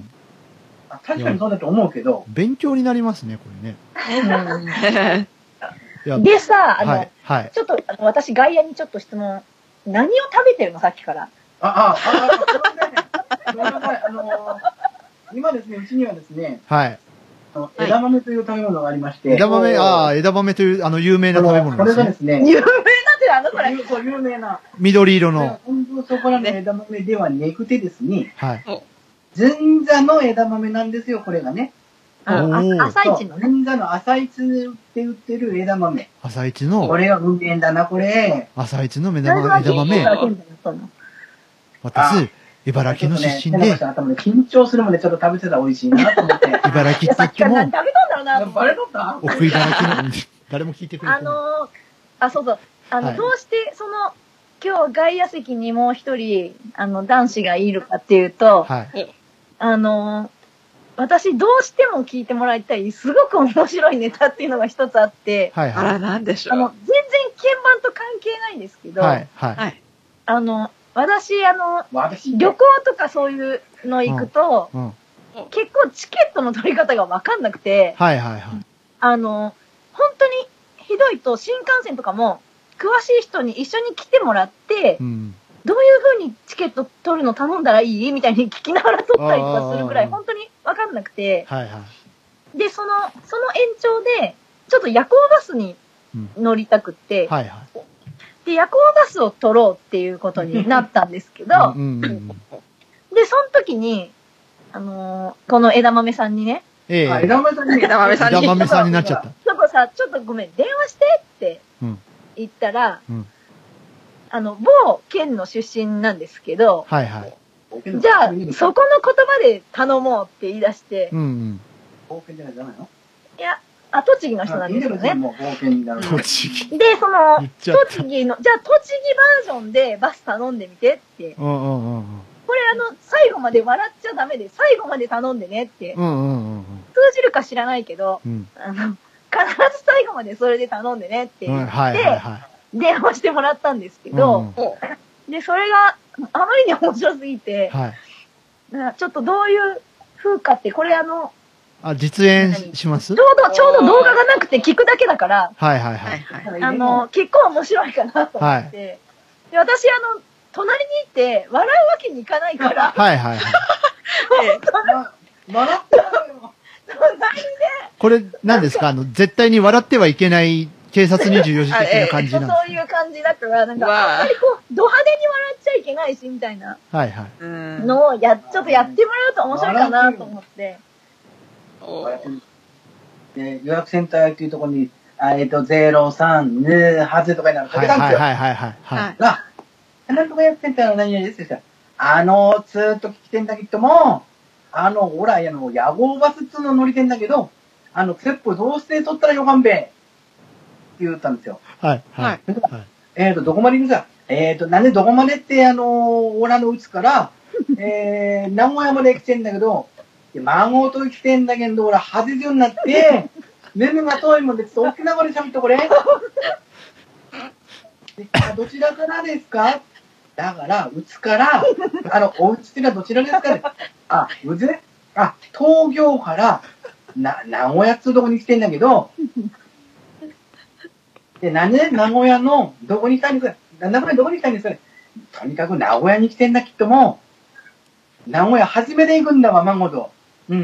確かにそうだと思うけど。 勉強になりますね、これね。 でさ、あの、 はいはい、 ちょっと、あの私外野にちょっと質問。何を食べてるのさっきから。 あ、あ、あ、あ、ごめんなさい。あのー、今ですね、うちにはですね、 はい。 枝豆という食べ物がありまして。 枝豆、ああ、枝豆という、あの、有名な食べ物ですね。 これがですね、 有名なってあの、これ。 そう、有名な。 緑色の。 本当そこらの枝豆ではなくてですね、 はい。 ずんざの枝豆なんですよ、これがね。 あ、朝市のね。 ずんざの朝市って売ってる枝豆。 朝市の。 これはうめえんだな、これ。 朝市の枝豆。枝豆。私、茨城の出身で。 緊張するまでちょっと食べてたら美味しいなと思って。 茨城って言っても。 食べとんだろうな。 バレとった？ 奥茨城の、誰も聞いてくれない。 あの、あ、そうそう。あの、どうして、その、今日外野席にもう一人、あの、男子がいるかっていうと、 はい。 あの、私どうしても聞いてもらいたい、すごく面白いネタっていうのが一つあって、 はいはい。 あら、なんでしょう。 あの、全然鍵盤と関係ないんですけど、 はいはい。 あの、私、あの、旅行とかそういうの行くと、うんうん、結構チケットの取り方がわかんなくて、 はいはいはい。 あの、本当にひどいと新幹線とかも、詳しい人に一緒に来てもらって、うん、どういう風にチケット取るの頼んだらいいみたいに聞きながら取ったりとかするぐらい、本当にわかんなくて、 はいはい、 で、その、その延長で、ちょっと夜行バスに乗りたくって、 うん、はいはい、 で、夜行バスを取ろうっていうことになったんですけど、うんうんうん、で、その時に、あのー、この枝豆さんにね、 ええー、 枝豆さんに、 枝豆さんに、 枝豆さんになっちゃった。 ちょっとさ、ちょっとごめん、電話してって言ったら、うんうん、あの、某県の出身なんですけど、 はいはい。 じゃあ、そこの言葉で頼もうって言い出して、 うんうん。 冒険じゃないの？ いや、あ、栃木の人なんですよね。 栃木。 で、その、栃木の、じゃあ栃木バージョンでバス頼んでみてって。 うんうんうん。 これあの、最後まで笑っちゃダメで、最後まで頼んでねって。 うんうんうん。 通じるか知らないけど、うん、あの、必ず最後までそれで頼んでねって言って、うん、はいはいはい、電話してもらったんですけど、うん、で、それがあまりに面白すぎて、はい、ちょっとどういう風かって、これあの、 あ、実演します？ ちょうど、ちょうど動画がなくて聞くだけだから、 はいはいはい。 あの、結構面白いかなと思って、はい、で私あの、 隣に行って笑うわけにいかないから。 はいはいはい。 笑ってるよ。 隣で。 これ、何ですかあの、絶対に笑ってはいけない警察にじゅうよじ的な感じなんですか？ そういう感じだから、なんか、あんまりこう、ド派手に笑っちゃいけないし、みたいな。 はいはい。 のをや、ちょっとやってもらうと面白いかなと思って。 で、予約センターっていうところに、えっと、ゼロさん、ね、はずとかになるとかたんですよ。 はいはいはいはい。 が、なんとか予約センターの何々ですよ。あの、ずーっと聞きてんだけども、あの、ほら、あの、野号バスっつうの乗りてんだけど、あの、セップどうして取ったらよかんべって言ったんですよ。 はいはい。 えっと、どこまで行くか。えっと、なんでどこまでって、あの、オラのうちから、えー、名古屋まで来てんだけど、孫と来てんだけど、俺、はちじゅうになって、耳が遠いもんで、ちょっと沖縄で喋ってこれ。どちらからですか？だから、うちから、あの、おうちってのはどちらですかね？あ、うちね。あ、東京から、な、名古屋っつうとこに来てんだけど、で、なんで名古屋の、どこに来たんですか？名古屋どこに来たんですかね？とにかく名古屋に来てんだ、きっともう。名古屋初めて行くんだわ、孫と。うん。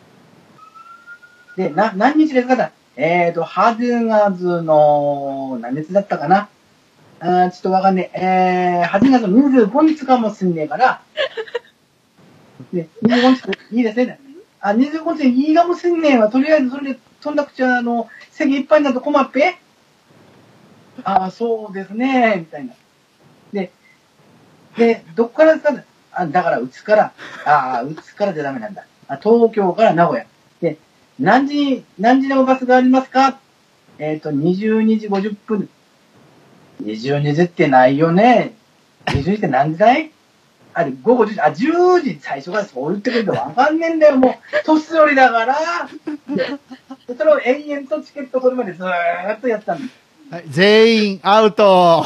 で、な、何日ですか？えーと、はちがつの、何日だったかな？あちょっとわかんねえ。えー、はちがつのにじゅうごにちかもしんねえから、で、にじゅうごにち、いいですね。あ、にじゅうごにちいいかもしんねえわ。とりあえずそれで、そんなくちゃ、あの、席いっぱいになると困っぺ？ああ、そうですね、みたいな。で、で、どっからですか？あ、だから、うちから、ああ、うちからじゃダメなんだ。あ、東京から名古屋。で、何時、何時のバスがありますか？えっと、にじゅうにじごじゅっぷん。にじゅうにじってないよね。にじゅうにじって何時だい？あれ、午後じゅうじ、あ、じゅうじ、最初からそう言ってくれてわかんねえんだよ、もう。年寄りだから。で、それを延々とチケット取るまでずーっとやったんです。 はい、全員アウト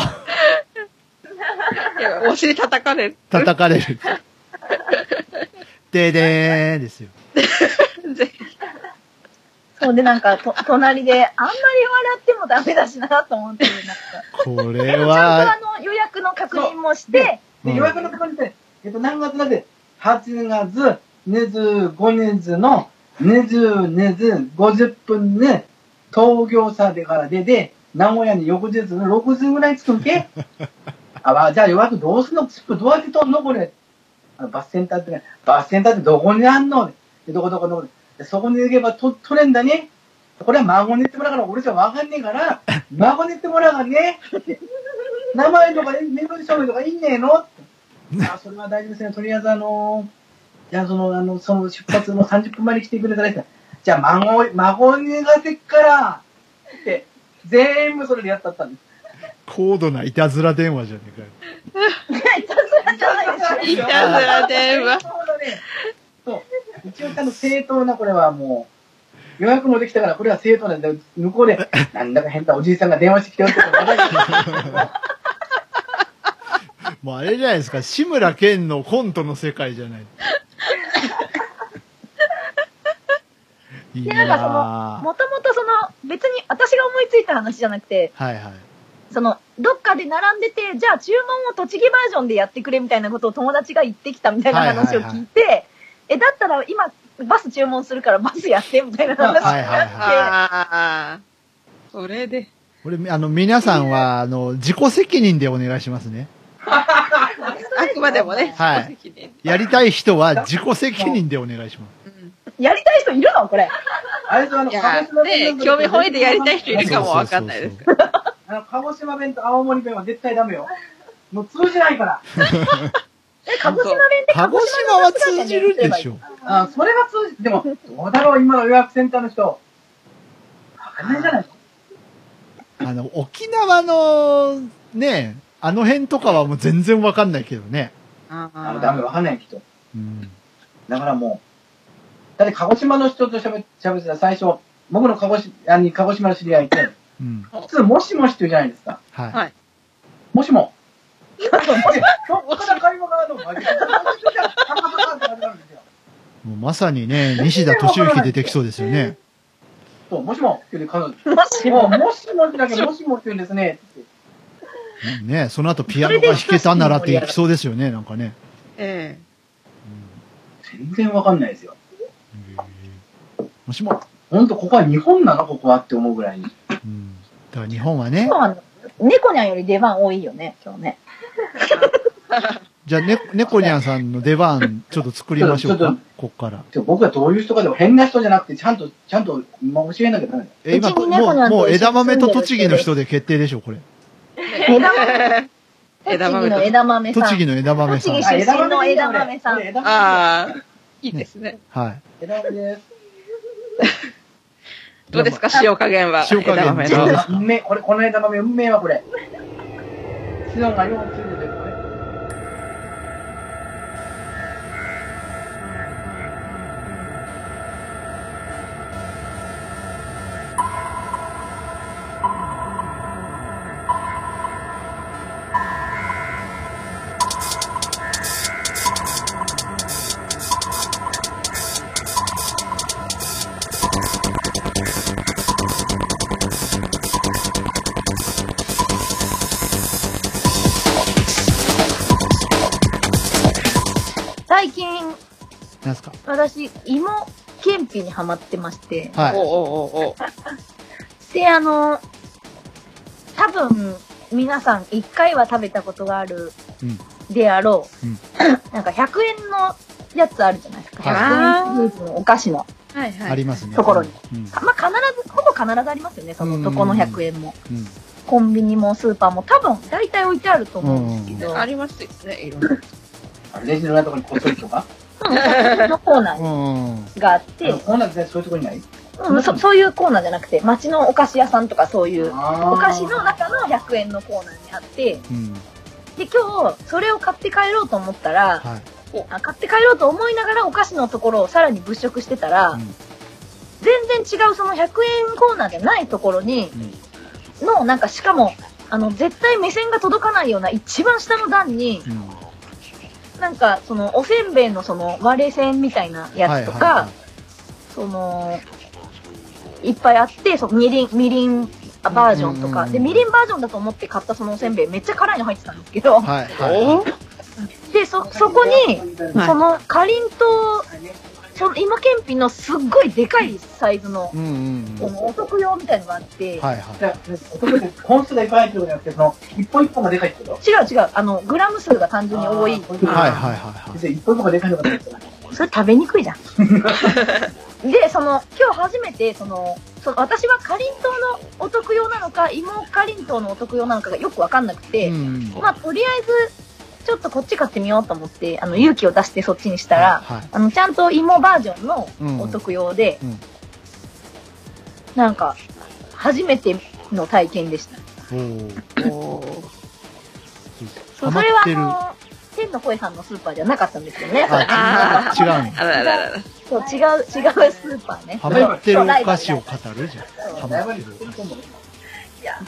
お尻叩かれる。 叩かれる。ででーんですよ。 そうで、なんか、と、隣で、あんまり笑ってもダメだしなと思って、なんか。 これは。 ちゃんとあの、予約の確認もして。 で、予約の確認って、えっと、何月まで？はちがつにじゅうごにちのにじゅうにじごじゅっぷんに、東京さでから出て、名古屋に翌日のろくじぐらい着くんけあ、じゃあ予約どうすんの？どうやって取んのこれ。あのバスセンターってね、バスセンターってどこにあんの？でどこどこどこでそこに行けばと取れんだね。これは孫に言ってもらうから俺じゃわかんねえから、孫に言ってもらうからね。名前とか身分証明とかいんねえの？あ、それは大丈夫ですね。とりあえずあのー、じゃあその、あの、その出発のさんじゅっぷんまえに来てくれたらいいですか。じゃあ孫、孫にがせっから、って、全部それでやったったんです。 高度ないたずら電話じゃねえかよ。いたずらじゃないですよ。 いたずら電話。 そう。一応ちゃんと正当なこれはもう、予約もできたからこれは正当なんだ。向こうで、なんだか変なおじいさんが電話してきてよってこと話題もうあれじゃないですか、志村けんのコントの世界じゃない。 いや、なんかその、もともとその、別に私が思いついた話じゃなくて、 はいはい。 その、どっかで並んでて、じゃあ注文を栃木バージョンでやってくれみたいなことを友達が言ってきたみたいな話を聞いて、はいはいはい、え、だったら今、バス注文するからバスやってみたいな話を聞いて、はいはいはい、 あそれで。 これ、あの、皆さんは、あの、自己責任でお願いしますね。 あくまでもね、 はい、やりたい人は自己責任でお願いします。 うん、やりたい人いるのこれ。 あれとあの、 いや、ね、興味本位でやりたい人いるかもわかんないですけど。 あの、鹿児島弁と青森弁は絶対ダメよ。もう通じないから。 え、鹿児島弁って鹿児島は通じるでしょ。 あ、それは通じ、でも、どうだろう、今の予約センターの人。わかんないじゃないあの、沖縄の、ね、あの辺とかはもう全然わかんないけどね。 ああ、ダメ、わかんない人。うん。だからもう、だって鹿児島の人と喋ってたら最初、僕の鹿児島、に鹿児島の知り合いって、うん、普通、もしもしって言うじゃないですか。 はい。 もしも。 もうまさにね、西田敏行出てきそうですよね。 そう、もしもって言う彼女。もしも、もしもってだけもしもって言うんですね。 ねその後ピアノが弾けたならっていきそうですよね、なんかね。 ええ。 全然わかんないですよ。 もしも。 ほんと、ここは日本なのここはって思うぐらいに。 うん。だから日本はね。 猫にゃんより出番多いよね、今日ね。 じゃあ、ね、猫にゃんさんの出番、ちょっと作りましょうか。こっから。 僕がどういう人かでも変な人じゃなくて、ちゃんと、ちゃんと、今教えなきゃダメだよ。 え、今、もう、もう枝豆と栃木の人で決定でしょ、これ。 枝豆栃木の枝豆さん。 栃木の枝豆さん。 栃木出身の枝豆さん。 ああ、いいですね。 はい。 枝豆です。 どうですか、塩加減は。 塩加減は。 うんめえ、これ、この枝豆、うんめえわ、これ。塩がようついてる、これ。 最近、 なんすか私、芋けんぴにハマってまして。 はい。 おおおおで、あの、多分、皆さん一回は食べたことがあるであろう。うん、なんかひゃくえんのやつあるじゃないですか。 はい、 ひゃくえんシリーズのお菓子の。 はいはい。 ありますね。 ところに。 うん、 まあ、必ず、ほぼ必ずありますよね、そのどこのひゃくえんも。 うん、 コンビニもスーパーも多分大体置いてあると思うんですけど。 ありますよね、いろんな。 あれ、レジの裏のところにこっそりとかうん、のコーナーがあって。 コーナーってそういうところにないうん、そそういうコーナーじゃなくて、街のお菓子屋さんとかそういうお菓子の中のひゃくえんのコーナーにあって、うん、で、今日それを買って帰ろうと思ったら、はい、あ買って帰ろうと思いながらお菓子のところをさらに物色してたら、うん、全然違うそのひゃくえんコーナーじゃないところに、うん、の、なんかしかも、あの、絶対目線が届かないような一番下の段に、うんなんか、その、おせんべいのその、割れ線みたいなやつとか、はいはいはい、その、いっぱいあって、そのみりん、みりんバージョンとか、で、みりんバージョンだと思って買ったそのおせんべいめっちゃ辛いの入ってたんですけど、はいはい、で、そ、そこに、その、かりんとう、その芋けんぴのすっごいでかいサイズの、うんうんうん、お得用みたいのがあって、はいはい、 お得って本数がいっぱい入ってるんじゃなくて、その、一本一本がでかいってこと？ 違う違う、あの、グラム数が単純に多い。はいはいはい。 一本一本がでかいのがそれ食べにくいじゃん。で、その、今日初めて、その、その私はかりんとうのお得用なのか、芋かりんとうのお得用なのかがよくわかんなくて、うん、まあ、とりあえず、ちょっとこっち買ってみようと思って、あの、勇気を出してそっちにしたら、はいはい、あの、ちゃんと芋バージョンのお得用で、うんうん、なんか、初めての体験でした。おーそう、それはあの、天の声さんのスーパーじゃなかったんですよね。 あ違うの。 そう、違う、違うスーパーね。 ハマってるお菓子を語るじゃん。ハマってるお菓子。いや。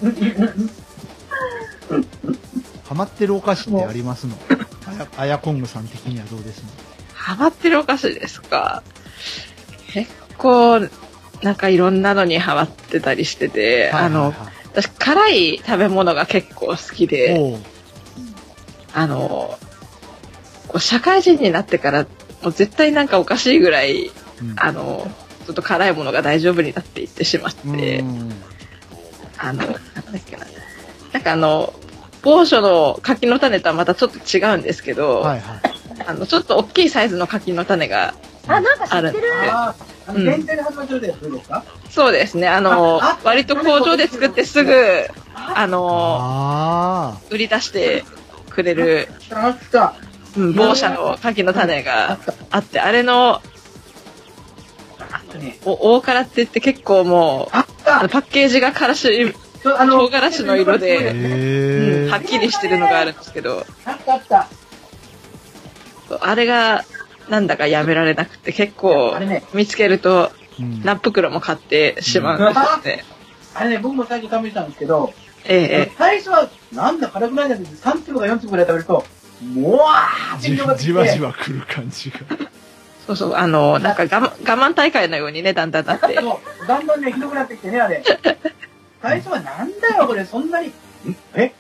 ハマってるお菓子ってありますの？あやこんぐさん的にはどうですの？ ハマってるお菓子ですか？結構、なんかいろんなのにハマってたりしてて、はいはいはい、あの、私辛い食べ物が結構好きで、あの、社会人になってから、もう絶対なんかおかしいぐらい、うん、あの、ちょっと辛いものが大丈夫になっていってしまって、あの、なんだっけな。なんかあの、某所の柿の種とはまたちょっと違うんですけど、はいはい、あの、ちょっと大きいサイズの柿の種があ、なんか知ってる。 ああ、限定で始まってるやつですか？ そうですね。あの、あ割と工場で作ってすぐ、あの、あ売り出してくれる、うん、某社の柿の種があって、あれの、お大辛って言って結構もう、あのパッケージがからし、唐辛子の色で、うん、はっきりしてるのがあるんですけど、あれがなんだかやめられなくて、結構見つけると何袋も買ってしまうんですよね。 あれね、僕も最近試したんですけど、 ええ、 最初はなんだ辛くないんだけど、さん粒かよん粒ぐらい食べると、もわーって広がってきて、 じわじわくる感じが。 そうそう、あの、なんか我慢、我慢大会のようにね、だんだんなって。 そう、だんだんね、ひどくなってきてね、あれ。最初はなんだよ、これ、そんなに、え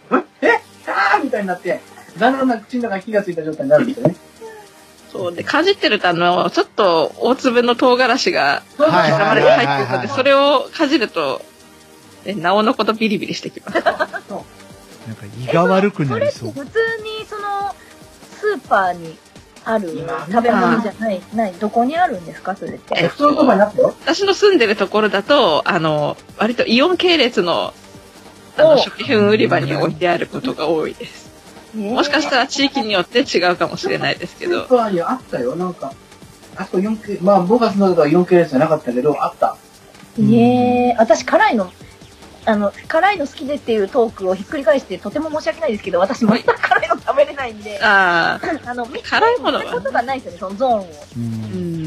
えあーみたいになって、だんだん口の中に火がついた状態になるんですよね。 そうで、かじってるとあの、ちょっと大粒の唐辛子が刻まれて入ってるので、それをかじると、え、なおのことビリビリしてきます。なんか胃が悪くなりそう。 それって普通にその、スーパーにある食べ物じゃない、ない、どこにあるんですかそれって。 えっと、私の住んでるところだと、あの、割とイオン系列の、あの、食品売り場に置いてあることが多いです。もしかしたら地域によって違うかもしれないですけど。 スーパーにあったよ、なんか。あそこ よんケー、まあ僕が住んだとは よんケー 列じゃなかったけど、あった。 ええ、私辛いの、あの、辛いの好きでっていうトークをひっくり返してとても申し訳ないですけど、私全く辛いの食べれないんで。ああ。あの、辛いものは。ことがないですよね、そのゾーンを。うん。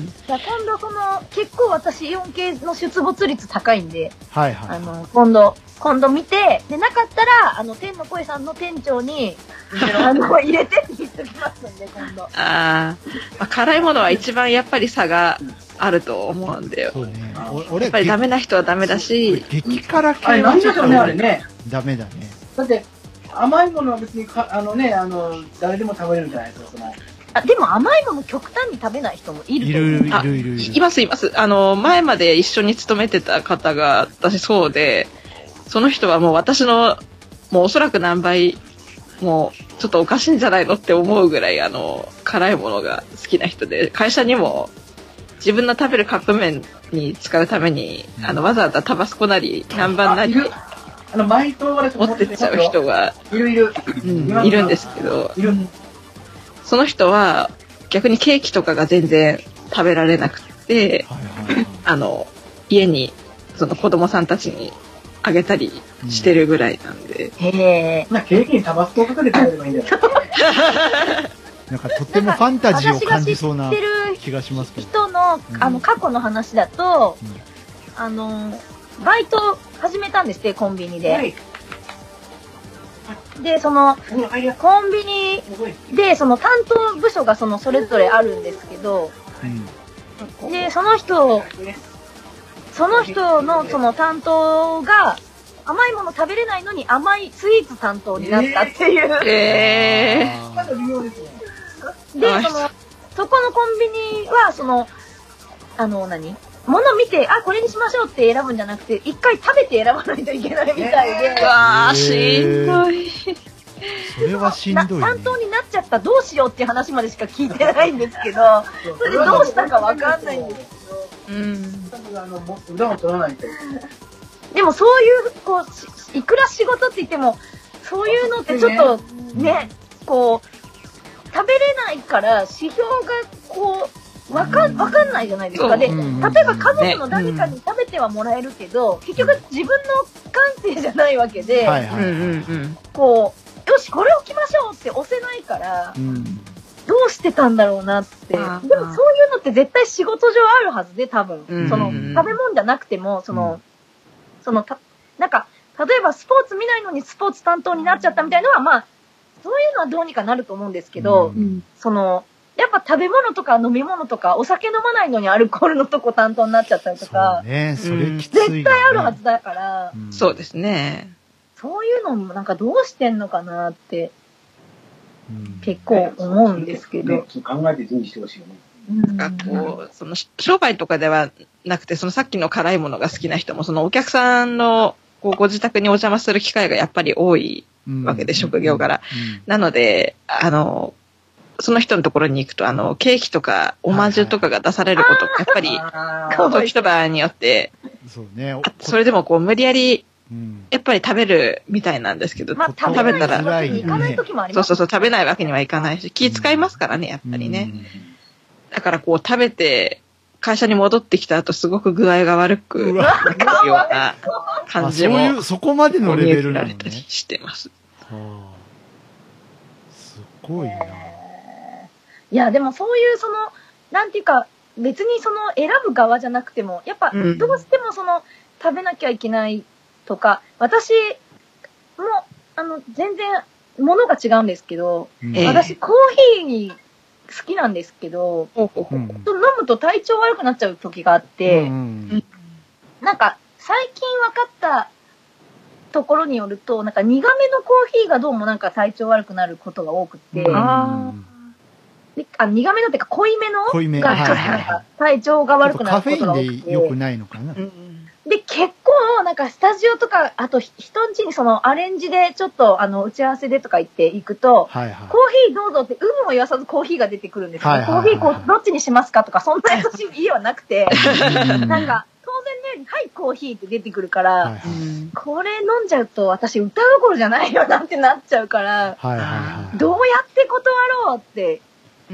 じゃあ今度その、結構私 よんケー の出没率高いんで、 はいはい。 あの、今度、今度見て、で、なかったら、あの、天の声さんの店長に、あの、入れてって言っときますんで、今度。ああ、まあ、辛いものは一番やっぱり差があると思うんだよ。そうね。俺やっぱりダメな人はダメだし。 激辛系はちょっとね、あれね。 ダメだね。 だって、甘いものは別にか、あのね、あの、誰でも食べれるじゃないですか、その。 あ、でも甘いもの極端に食べない人もいると思う。 いる、いる、いる、いる。 います、います。あの、前まで一緒に勤めてた方が、私そうで、その人はもう私の、もうおそらく何倍、もうちょっとおかしいんじゃないのって思うぐらい、あの、辛いものが好きな人で、会社にも自分の食べるカップ麺に使うために、うん、あの、わざわざタバスコなり、南蛮なり、 あの、毎唐辛子持ってっちゃう人が、 いるいる、 うん、いるんですけど、いるその人は逆にケーキとかが全然食べられなくて、はいはい、あの、家に、その子供さんたちに、あげたりしてるぐらいなんで。 うん、へぇー。ケーキにタバスコかけて食べればいいんだよ。 なんかとってもファンタジーを感じそうな気がしますけど。 人の、あの、過去の話だと、うん、あの、バイト始めたんですって、コンビニで。はい、で、その、コンビニで、その担当部署がその、それぞれあるんですけど、うん、で、その人、その人のその担当が甘いもの食べれないのに甘いスイーツ担当になったっていう。 えー、で、その、そこのコンビニは、その、あの、何物見て、あ、これにしましょうって選ぶんじゃなくて、一回食べて選ばないといけないみたいで。 うわー、しんどい。 それはしんどい、ね。 担当になっちゃったどうしようっていう話までしか聞いてないんですけど、それでどうしたかわかんないんですけど。うん。 裏を取らないと。 でもそういう、こう、いくら仕事って言っても、そういうのってちょっとね、こう、食べれないから指標がこう、わかん、わかんないじゃないですか。で、例えば家族の誰かに食べてはもらえるけど、結局自分の感性じゃないわけで、こう、よし、これ置きましょうって押せないから、どうしてたんだろうなって。でもそういうのって絶対仕事上あるはずで、多分。その、食べ物じゃなくても、その、その、た、なんか、例えばスポーツ見ないのにスポーツ担当になっちゃったみたいなのは、まあ、そういうのはどうにかなると思うんですけど、うん、その、やっぱ食べ物とか飲み物とか、お酒飲まないのにアルコールのとこ担当になっちゃったりとか、 そうね、それきつい、ね、 絶対あるはずだから、 うん、そうですね。 そういうのもなんかどうしてんのかなって、うん、結構思うんですけど。ね、 考えて準備してほしいよね。 なんかこう、その商売とかではなくて、そのさっきの辛いものが好きな人も、そのお客さんのこうご自宅にお邪魔する機会がやっぱり多いわけで、うん、職業から。うん、なので、あの、その人のところに行くと、あの、ケーキとかおまんじゅうとかが出されることがやっぱり、時と場合によって、そうね、それでもこう無理やり、やっぱり食べるみたいなんですけど、 まあ、食べたら、行かない時もあります。 そうそうそう、食べないわけにはいかないし、気使いますからね、やっぱりね。うんだからこう食べて会社に戻ってきた後すごく具合が悪くなるような感じもそういうそこまでのレベルなのね。 してます。はあ、すごいな。 いやでもそういうそのなんていうか別にその選ぶ側じゃなくてもやっぱどうしてもその食べなきゃいけないとか、うん、私もあの全然ものが違うんですけど、うん、私コーヒー好きなんですけど、うん、飲むと体調悪くなっちゃう時があって、うん、なんか最近分かったところによると、なんか苦めのコーヒーがどうもなんか体調悪くなることが多くて、あであ苦めのっていうか濃いめの濃いめがちょっとなんか体調が悪くなることが多くて。 カフェインで良くないのかな。うんで、結構、なんかスタジオとか、あと人ん家にそのアレンジでちょっとあの打ち合わせでとか言って行くと、はいはい、コーヒーどうぞって有無も言わさずコーヒーが出てくるんですよ、はいはいはいはい。コーヒーこうどっちにしますかとか、そんな優しい家はなくて、なんか当然のように、はい、コーヒーって出てくるから、はいはい、これ飲んじゃうと私歌どころじゃないよなってなっちゃうから、はいはいはい、どうやって断ろうって、うん、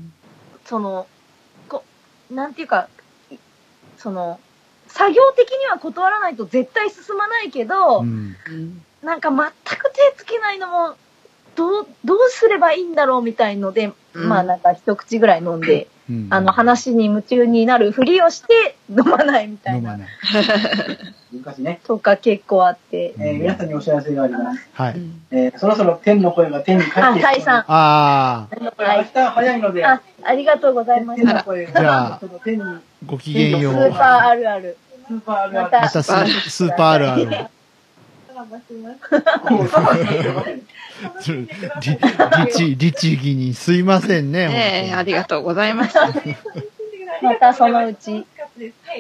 その、こなんていうか、その、作業的には断らないと絶対進まないけど、うん、なんか全く手つけないのもどう、どうすればいいんだろうみたいので、うん、まあなんか一口ぐらい飲んで、うん、あの話に夢中になるふりをして飲まないみたいな。飲まない。 昔ね。 とか結構あって。 えー、皆さんにお知らせがあります。はい。えー、そろそろ天の声が天に帰ってきて。 あ、再三。 ああ。 天の声明日早いので。 あ、ありがとうございます。 天の声が。 じゃあ、ごきげんよう。 スーパーあるある。 スーパーあるある。 またスーパーあるある。律、律儀にすいませんね。 ねえ、ありがとうございます。 またそのうち。 はい、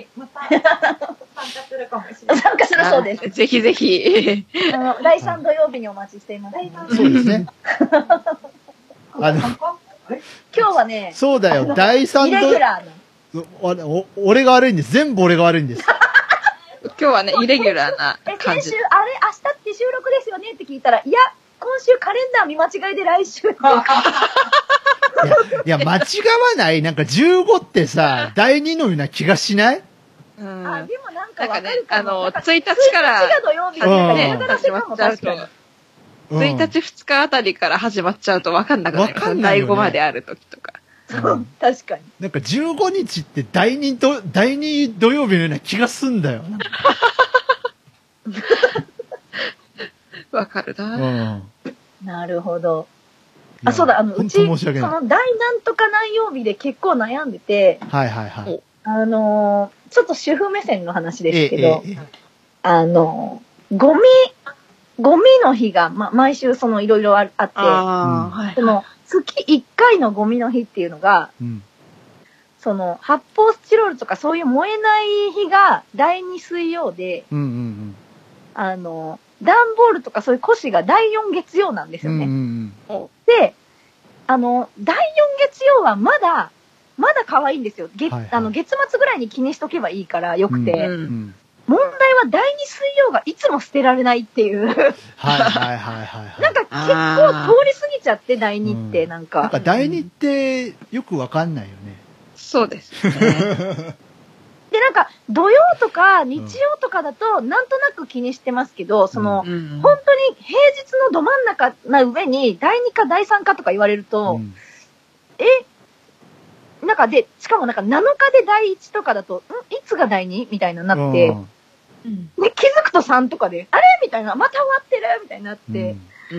また参加するかもしれない。 参加するそうです。 ぜひぜひ。 あの、だいさん土曜日にお待ちしています。 そうですね。あの、 今日はね、 そうだよ、だいさん土曜日。お俺が悪いんです。全部俺が悪いんです。 今日はね、イレギュラーな感じ。 先週、あれ、明日って収録ですよねって聞いたら、いや、今週カレンダー見間違いで来週って。 いや、いや、間違わない。なんかじゅうごってさ、だいにのような気がしない？ うん。あ、でもなんかわかるかも。なんかね、あの、ついたちから、 ついたちが土曜日だね、 始まっちゃうと。ついたちふつかあたりから始まっちゃうとわかんなくなる。わかんないよね。だいごまである時とか。 そう、確かに。 なんかじゅうごにちって第二と、第二土曜日のような気がすんだよ。 わかるな、 うん。なるほど。あ、そうだ、あの、うち、その第何とか何曜日で結構悩んでて、 はいはいはい。 あのー、ちょっと主婦目線の話ですけど、えええ、あのー、ゴミ、ゴミの日が、ま、毎週そのいろいろあって、あその、月いっかいのゴミの日っていうのが、うん、その、発泡スチロールとかそういう燃えない日がだいに水曜で、うんうんうん、あの、段ボールとかそういう古紙がだいよん月曜なんですよね。うんうんうん、で、あの、だいよん月曜はまだ、まだ可愛いんですよ。月、はいはい、あの月末ぐらいに気にしとけばいいからよくて。うんうん、問題はだいに水曜がいつも捨てられないっていう。はいはいはいはい、 なんか結構通り過ぎちゃって、だいにって、なんか。 うん、なんかだいにってよくわかんないよね。 そうですね。 で、なんか、土曜とか日曜とかだと、なんとなく気にしてますけど、その、うん、本当に平日のど真ん中な上に、だいにかだいさんかとか言われると、うん、え、なんかで、しかもなんかなのかでだいいちとかだと、んいつがだいにみたいななって、うん、で、気づくとさんとかで、あれみたいな、また終わってるみたいになって、うん、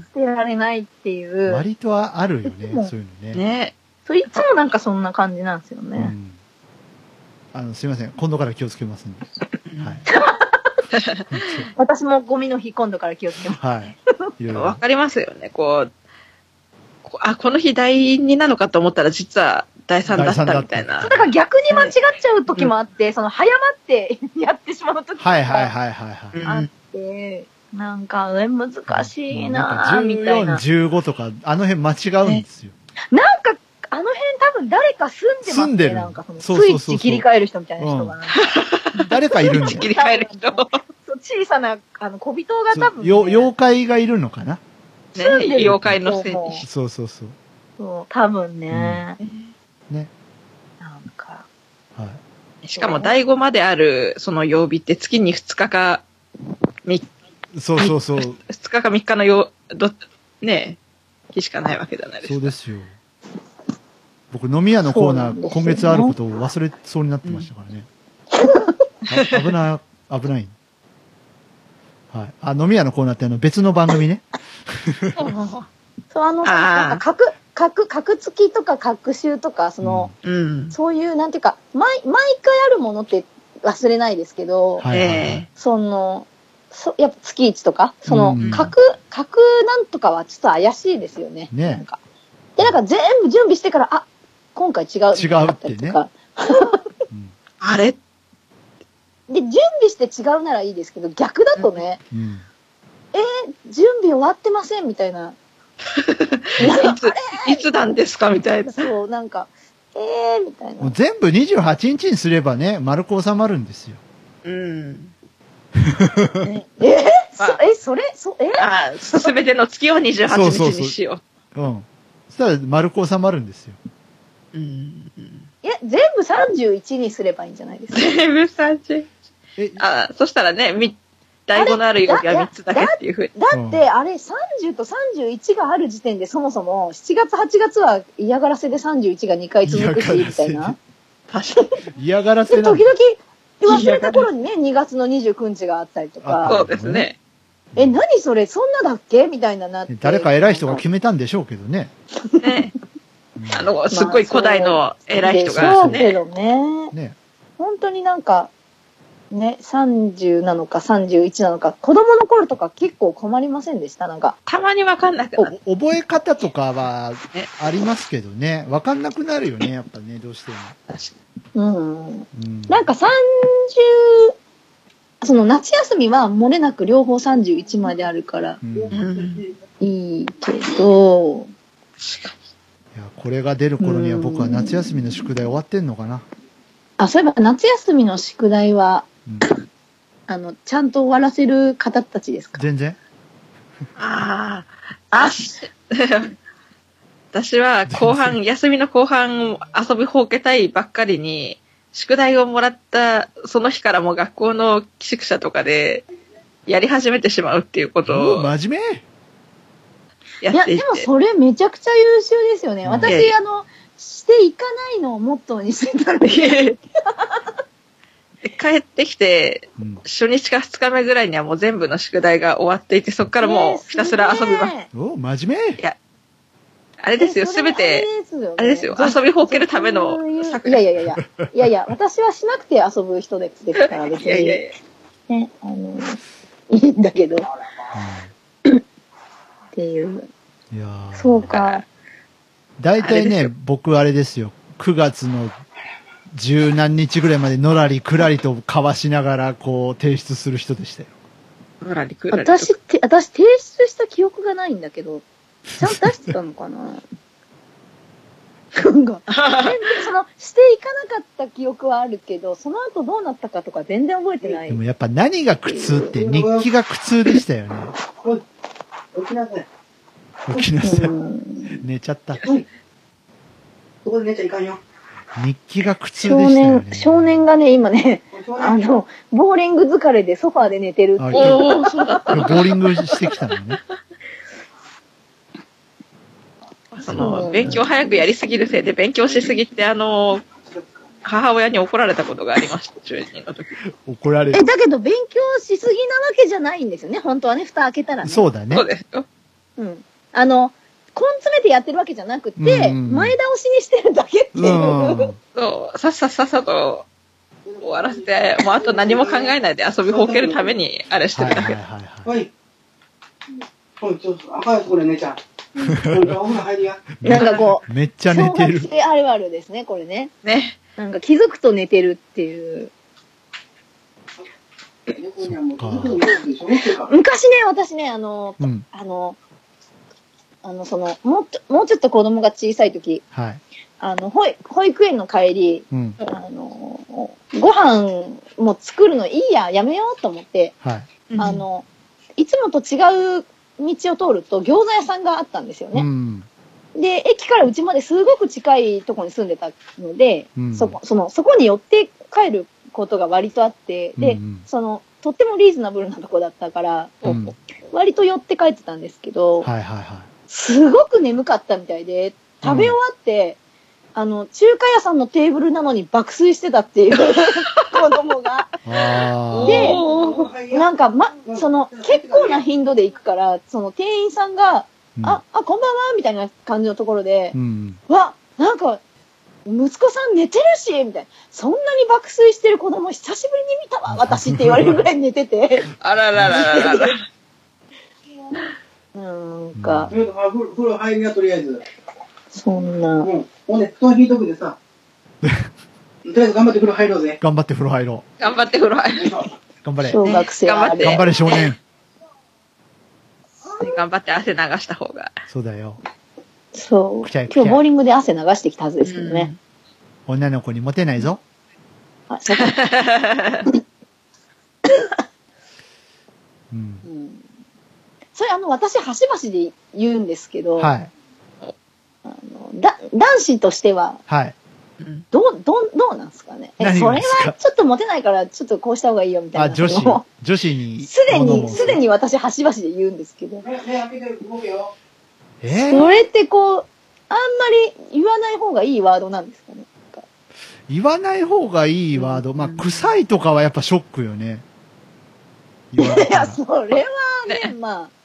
捨てられないっていう。 割とはあるよね、そういうのね。ね。 そう、いつもなんかそんな感じなんですよね。うんあの、すいません。今度から気をつけますんで。はい。 私もゴミの日今度から気をつけます。 はい。いろいろわかりますよね。こう、こあ、この日だいになのかと思ったら実はだいさんだったみたいな。 だから逆に間違っちゃう時もあって、うん、その早まってやってしまう時もはいはいはいはい、はい。 あって、なんか、難しいなぁ、みたいな。 じゅうよん、じゅうごとか、あの辺間違うんですよ。 なんか、あの辺多分誰か住んでますね。住んでる。なんかそのスイッチ切り替える人みたいな人が。 うん、誰かいるんだよ。 スイッチ切り替える人。 小さな、あの、小人が多分、 ね、妖怪がいるのかなね、妖怪のせいに。 そうそうそう。 そう、多分ね。 うん、ね。 なんか。 はい。 しかも、だいごまである、その曜日って月にふつかか、みそうそうそう。 ふつかかみっかのよ、ど、ね日しかないわけじゃないですか。 そうですよ。僕、飲み屋のコーナー、今月あることを忘れそうになってましたからね。うん、危ない、危ない。はい。あ、飲み屋のコーナーってあの別の番組ね。 そう、あの、なんか、格、格、格付きとか格集とか、その、うん、そういう、なんていうか、毎、毎回あるものって忘れないですけど、はい、その、 そやっぱ月一とか、その、 うん格、格なんとかはちょっと怪しいですよね。 ねなんかで、なんか全部準備してから、あ、今回違う。 違うってねとかあれで、準備して違うならいいですけど、逆だとね、 うん。 えー、準備終わってませんみたいな。 いつ、いつなんですかみたいな。 そう、なんか、えー、みたいな。 もう全部にじゅうはちにちにすればね、丸く収まるんですよ。 うん。 ねえーまあそえ、それ、そ、えああ、すべての月をにじゅうはちにちにしようん。そしたら丸く収まるんですよ。 う。うん。 いや、全部さんじゅういちにすればいいんじゃないですか。 全部さんじゅう。 え、 ああ、そしたらね、み、第五のある曜日はみっつだけっていうふうに。 だって、あれさんじゅうとさんじゅういちがある時点でそもそも、しちがつはちがつは嫌がらせでさんじゅういちがにかい続くし、みたいな。 確かに。 嫌がらで、 せなん時々、忘れた頃にね、にがつのにじゅうくにちがあったりとあそか、 うですね。 え、何それ、そんなだっけみたいななって。 誰か偉い人が決めたんでしょうけどね。 ね。あの、すっごい古代の偉い人そがうけね。 どね。 ね。 本当になんか、ね、さんじゅうなのかさんじゅういちなのか、子供の頃とか結構困りませんでしたなんか。 たまにわかんなくなる。 お覚え方とかはねありますけどね。わかんなくなるよね、やっぱね、どうしても。 確かうん。 うん。 なんかさんじゅう、その夏休みは漏れなく両方さんじゅういちまであるからうん、 に。 いうん。 いいけど、 や、これが出る頃には僕は夏休みの宿題終わってんのかな。 あ、そういえば夏休みの宿題は、 うん、 あの、ちゃんと終わらせる方たちですか？ 全然。 ああ。あ私は後半、休みの後半遊びほうけたいばっかりに、宿題をもらったその日からも学校の宿舎とかでやり始めてしまうっていうことを真面目いや、 やっていて。 でもそれめちゃくちゃ優秀ですよね。 うん私、あの、していかないのをモットーにしてたんで。 で帰ってきて、 うん。 初日かふつかめぐらいにはもう全部の宿題が終わっていて、そこからもうひたすら遊びばっかり。 お、真面目いや、あれですよ、すべて、あれですよ、遊びほうけるための作いやいやいやいや、いやいや、私はしなくて遊ぶ人ですから、別に。 いやいやいや。 ね、あの、いいんだけど、っていう。 いやーそうか。 大体ねあれですよ、 僕あれですよ。くがつの十何日ぐらいまでのらりくらりと交わしながら、こう、提出する人でしたよ。 のらりくらりと私って、私提出した記憶がないんだけど、ちゃんと出してたのかななんか、全然その、していかなかった記憶はあるけど、その後どうなったかとか全然覚えてない。 でもやっぱ何が苦痛って日記が苦痛でしたよね。 起きなさい。 起きなさい。 うん寝ちゃった。 そこで寝ちゃいかんよ。 日記が苦痛で少したよね年、。少年がね、今ね、あの、ボーリング疲れでソファーで寝てるってあいう。 おー、そうだった。 ボーリングしてきたのね。 その、勉強早くやりすぎるせいで勉強しすぎて、あの、母親に怒られたことがありました、中二の時。 怒られるえ、。だけど勉強しすぎなわけじゃないんですよね。本当はね、蓋開けたらね。 そうだねそ。うですよ。 うん。あの、根詰めてやってるわけじゃなくて、 うんうんうん前倒しにしてるだけっていう。 うん。 そう、さっさっさっさと終わらせて、もうあと何も考えないで遊びほうけるためにあれしてはいはいるだけ。 はいはい。 おい。おい、ちょっと、赤いところで寝ちゃう。お風呂入りや。 なんかこう、 めっちゃ寝てる小学。生あるあるですね、これね。 ね。 なんか気づくと寝てるっていう。昔ね、私ね、あの、 うん。 あの、あの、その、もっと、もうちょっと子供が小さい時、 はい。 あの、保育保育園の帰り、 うん。 あの、ご飯もう作るのいいや、やめようと思って、 はい。 あの、いつもと違う道を通ると餃子屋さんがあったんですようね。 ん。 で、駅からうちまですごく近いところに住んでたので、 うんそこ、その、そこに寄って帰ることが割とあって、で、 うんうんその、とってもリーズナブルなとこだったから、 うん割と寄って帰ってたんですけど、 はいはいはすごく眠かったみたいで、食べ終わって、あの、中華屋さんのテーブルなのに爆睡してたっていう子供が。 い。ああ。 でおーなんか、ま、その、結構な頻度で行くから、その店員さんが、 うんあ、あ、こんばんはみたいな感じのところでう、ん。 わ、なんか、 息子さん寝てるしみたいな。そんなに爆睡してる子供久しぶりに見たわ、私って言われるぐらい寝てて。 あらららららら。 なんか。 風呂入りな、とりあえず。 そんな。 うん。ほんで、布団引いとくでさ。とりあえず頑張って風呂入ろうぜ。 頑張って風呂入ろう。頑張って風呂入ろう。 頑張れ。 小学生頑張って。 頑張れ少年。 頑張って汗流した方が。 そうだよ。 そう。今日ボーリングで汗流してきたはずですけどね。 女の子にモテないぞ。 あ、そうか。 うん。 それあの、私、端々で言うんですけど、 はい。 あの、だ、男子としては、 はい。 どう、どう、どうなんですかね。え、それはちょっとモテないから、ちょっとこうした方がいいよみたいな。 あ、女子。女子に。 すでに、すでに私、端々で言うんですけど。 えー、 それってこう、あんまり言わない方がいいワードなんですかね。 言わない方がいいワード。まあ、臭いとかはやっぱショックよね。 いや、それはね、まあ。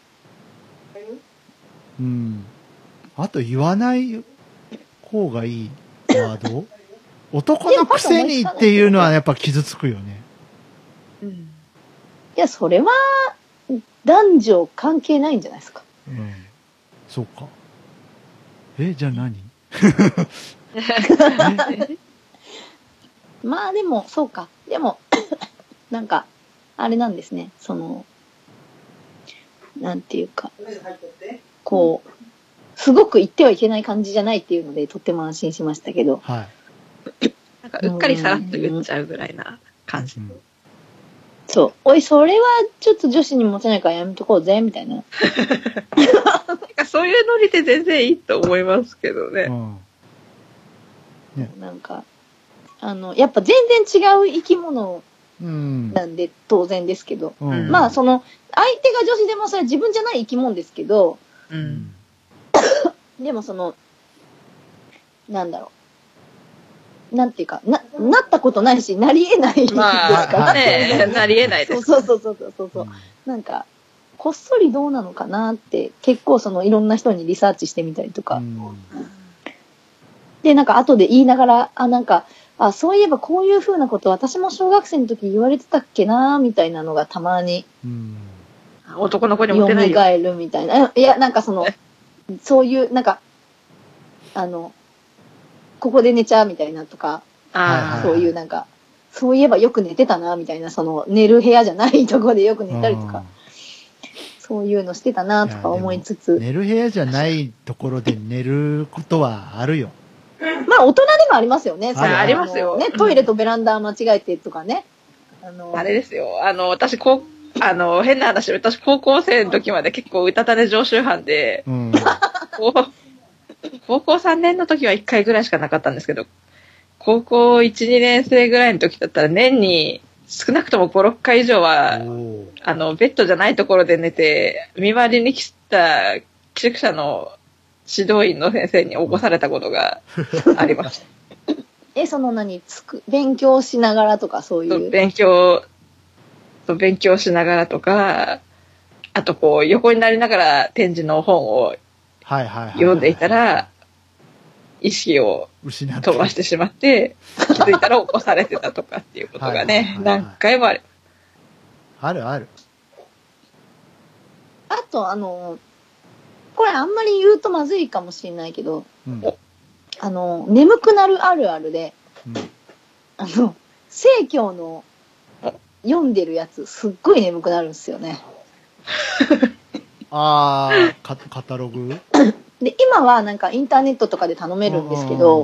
うん。あと言わない方がいいワード男のくせにっていうのはやっぱ傷つくよね。 うん。いや、それは、男女関係ないんじゃないですか。 うん。そうか。え、じゃあ何まあでも、そうか。でも、なんか、あれなんですね。その、なんていうか、こう、すごく言ってはいけない感じじゃないっていうので、とっても安心しましたけど。 はい。 なんか、うっかりさらっと言っちゃうぐらいな感じ。うん、 そう。おい、それはちょっと女子にモテないからやめとこうぜ、みたいな。なんかそういうノリで全然いいと思いますけどね。うんね、なんか、あの、やっぱ全然違う生き物なんで当然ですけど、うん、まあその、相手が女子でもそれは自分じゃない生き物ですけど、うん、でもその、なんだろう。なんていうか、な、なったことないし、なり得ないですから。 まあ、ね、なり得ないです。 そうそうそうそうそうそう、うん。なんか、こっそりどうなのかなって、結構そのいろんな人にリサーチしてみたりとか。うん、で、なんか後で言いながら、あ、なんか、あ、そういえばこういう風なこと私も小学生の時言われてたっけなみたいなのがたまに。 うん、男の子にも蘇るみたいな。いや、なんかその、そういう、なんか、あの、ここで寝ちゃうみたいなとか、あそういうなんか、そういえばよく寝てたなみたいな、その寝る部屋じゃないところでよく寝たりとか、そういうのしてたなとか思いつつ。 寝る部屋じゃないところで寝ることはあるよ。 まあ大人でもありますよね。 あ, ありますよ。 ね、トイレとベランダ間違えてとかね。 あの、あれですよ。あの、私、こう、あの、変な話、私高校生の時まで結構うたた寝常習犯で、うん、高校さんねんの時はいっかいぐらいしかなかったんですけど、高校いち、にねん生ぐらいの時だったら年に少なくともご、ろっかい以上は、あの、ベッドじゃないところで寝て、見回りに来た寄宿舎の指導員の先生に起こされたことがありました。 え、その何つく、勉強しながらとかそういう。 勉強、勉強しながらとか、あとこう横になりながら展示の本を読んでいたら、意識を飛ばしてしまって、気づいたら起こされてたとかっていうことがね、何回もある。 あるある。 あと、あの、これあんまり言うとまずいかもしれないけど、うん、あの、眠くなるあるあるで、うん、あの、生協の読んでるやつ、すっごい眠くなるんですよね。 あー、カ, カタログで、今はなんかインターネットとかで頼めるんですけど、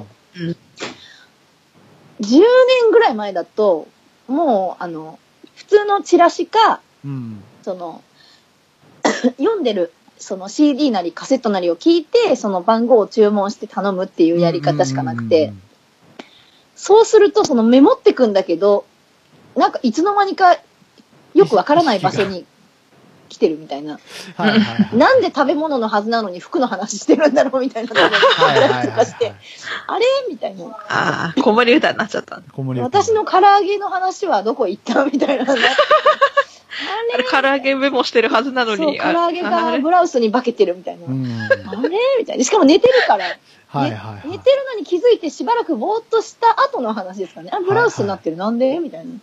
じゅうねんぐらい前だと、もう、あの、普通のチラシか、うん、その、読んでる、その シーディー なりカセットなりを聞いて、その番号を注文して頼むっていうやり方しかなくて、そうするとそのメモってくんだけど、なんかいつの間にかよくわからない場所に来てるみたいな。はいはいはい、なんで食べ物のはずなのに服の話してるんだろうみたいなのがあったりとかして、あれみたいな。 ああ、子守歌になっちゃった。 私の唐揚げの話はどこ行ったみたいな。 あれ唐揚げメモしてるはずなのに。 そう、唐揚げがブラウスに化けてるみたいな。あれみたいな。しかも寝てるから。 はいはいはい、 寝てるのに気づいてしばらくぼーっとした後の話ですかね。あ、ブラウスになってる、はいはい、なんでみたいな。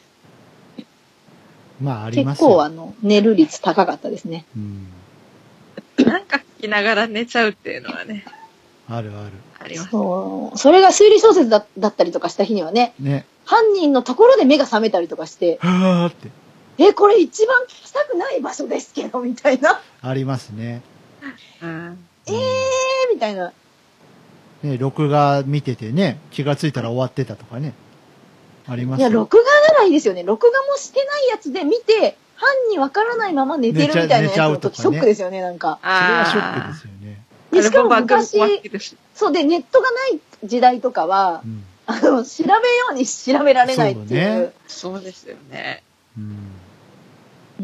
まああります結構あの、寝る率高かったですね。 うん。 なんか聞きながら寝ちゃうっていうのはね。 あるある。 あります。 そう。それが推理小説だだったりとかした日にはね。 ね。 犯人のところで目が覚めたりとかして。 はーって。 え、これ一番聞きたくない場所ですけど、みたいな。 ありますね。 うん。 えー、みたいな。 ね、録画見ててね、気がついたら終わってたとかね。ありますいや、録画ならいいですよね。録画もしてないやつで見て、犯人わからないまま寝てるみたいなやつの時、ショックですよね、なんか。 それはショックですよね。 で、しかも昔、そうで、ネットがない時代とかは、うん、あの、調べように調べられないっていう。 そう、ね、そうですよね。 うん。 うん。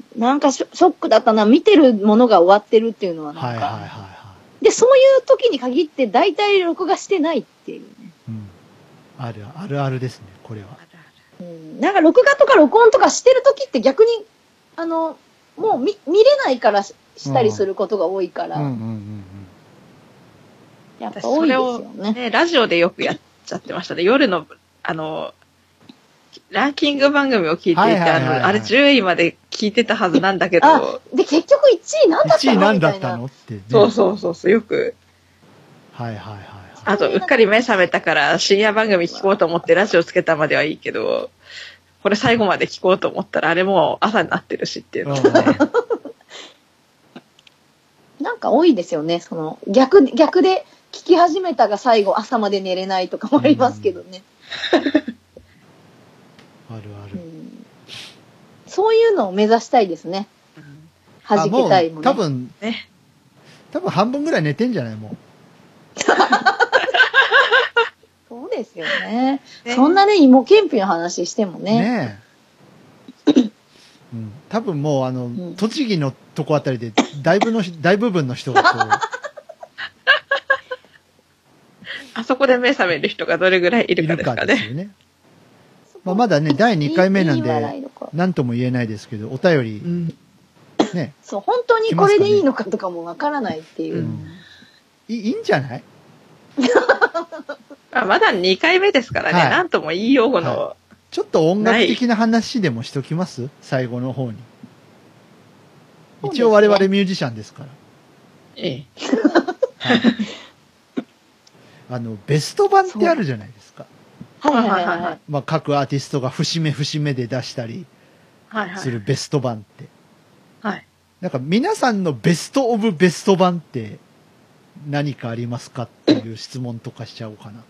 なんかショックだったな。見てるものが終わってるっていうのはなんか。 はいはいはいはい。 で、そういう時に限って大体録画してないっていうね。 うん。あるあるあるですね、これは。 うん。なんか録画とか録音とかしてる時って逆に、あの、もう見、見れないからしたりすることが多いから。うんうんうんうん。やっぱ多いですよね。 ね、ラジオでよくやっちゃってましたね。夜の、あの、ランキング番組を聞いていて、あの、あれじゅういまで聞いてたはずなんだけど。 あ、で、結局いちいなんだったの ?いちいなんだったのって、ね。 そうそうそうそう、よく。 はいはいはい。 あと、うっかり目覚めたから深夜番組聞こうと思ってラジオつけたまではいいけど、これ最後まで聞こうと思ったらあれもう朝になってるしっていうのね。 なんか多いですよね。その、逆、逆で聞き始めたが最後朝まで寝れないとかもありますけどね。 あるある、うん。 そういうのを目指したいですね。うん、弾けたいもんね。 多分、ね、多分半分ぐらい寝てんじゃないもう。 そうですよね。ね、そんなね、芋けんぴの話してもね。 ねえ。うん、多分もうあの、うん、栃木のとこあたりで大部の大部分の人がこうあそこで目覚める人がどれぐらいいるかですかね。いるかですよね。 まあ、まだね、だいにかいめなんで、何とも言えないですけど、お便り、うん、ね。 そう、本当にこれでいいのかとかもわからないっていう。うん、 いいいんじゃないあ、まだにかいめですからね、はい、なんとも言いようの、はい。 ちょっと音楽的な話でもしときます最後の方に。一応我々ミュージシャンですから。 ええ。 はい、あの、ベスト版ってあるじゃないですか。 はいはいはいはい。 まあ、各アーティストが節目節目で出したりするベスト版って。 はい。 なんか皆さんのベストオブベスト版って何かありますかっていう質問とかしちゃおうかなと。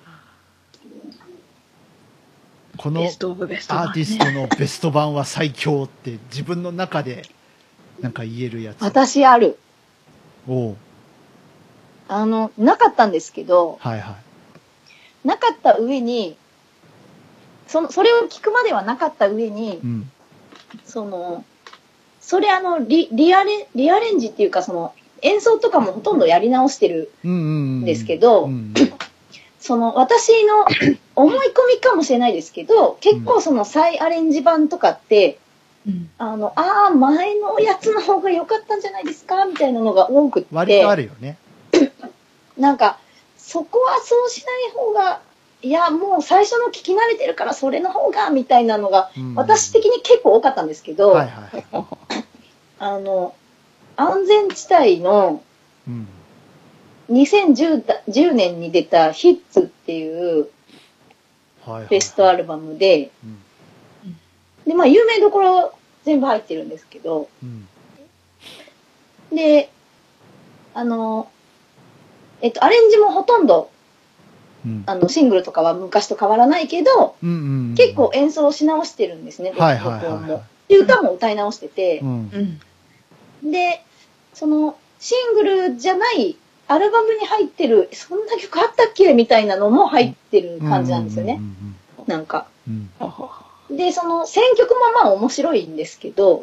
このアーティストのベスト版は最強って自分の中でなんか言えるやつ。 私ある。 おう。 あの、なかったんですけど。 はいはい。 なかった上に、その、それを聞くまではなかった上に、うん、その、それあの、リ、リアレ、リアレンジっていうかその、演奏とかもほとんどやり直してるんですけど、その、私の思い込みかもしれないですけど、結構その再アレンジ版とかって、うん、あの、ああ、前のやつの方が良かったんじゃないですかみたいなのが多くって。 割とあるよね。 なんか、そこはそうしない方が、いや、もう最初の聞き慣れてるからそれの方が、みたいなのが、うん、私的に結構多かったんですけど、はいはい、あの、安全地帯の、にせんじゅうねんに出たヒッツっていうベストアルバムで、で、まあ有名どころ全部入ってるんですけど、うん、で、あの、えっと、アレンジもほとんど、うん、あの、シングルとかは昔と変わらないけど、うんうんうん、結構演奏し直してるんですね、録音も。で、歌も歌い直してて、うん、で、その、シングルじゃないアルバムに入ってる、そんな曲あったっけみたいなのも入ってる感じなんですよね。なんか、うん。で、その選曲もまあ面白いんですけど、うん、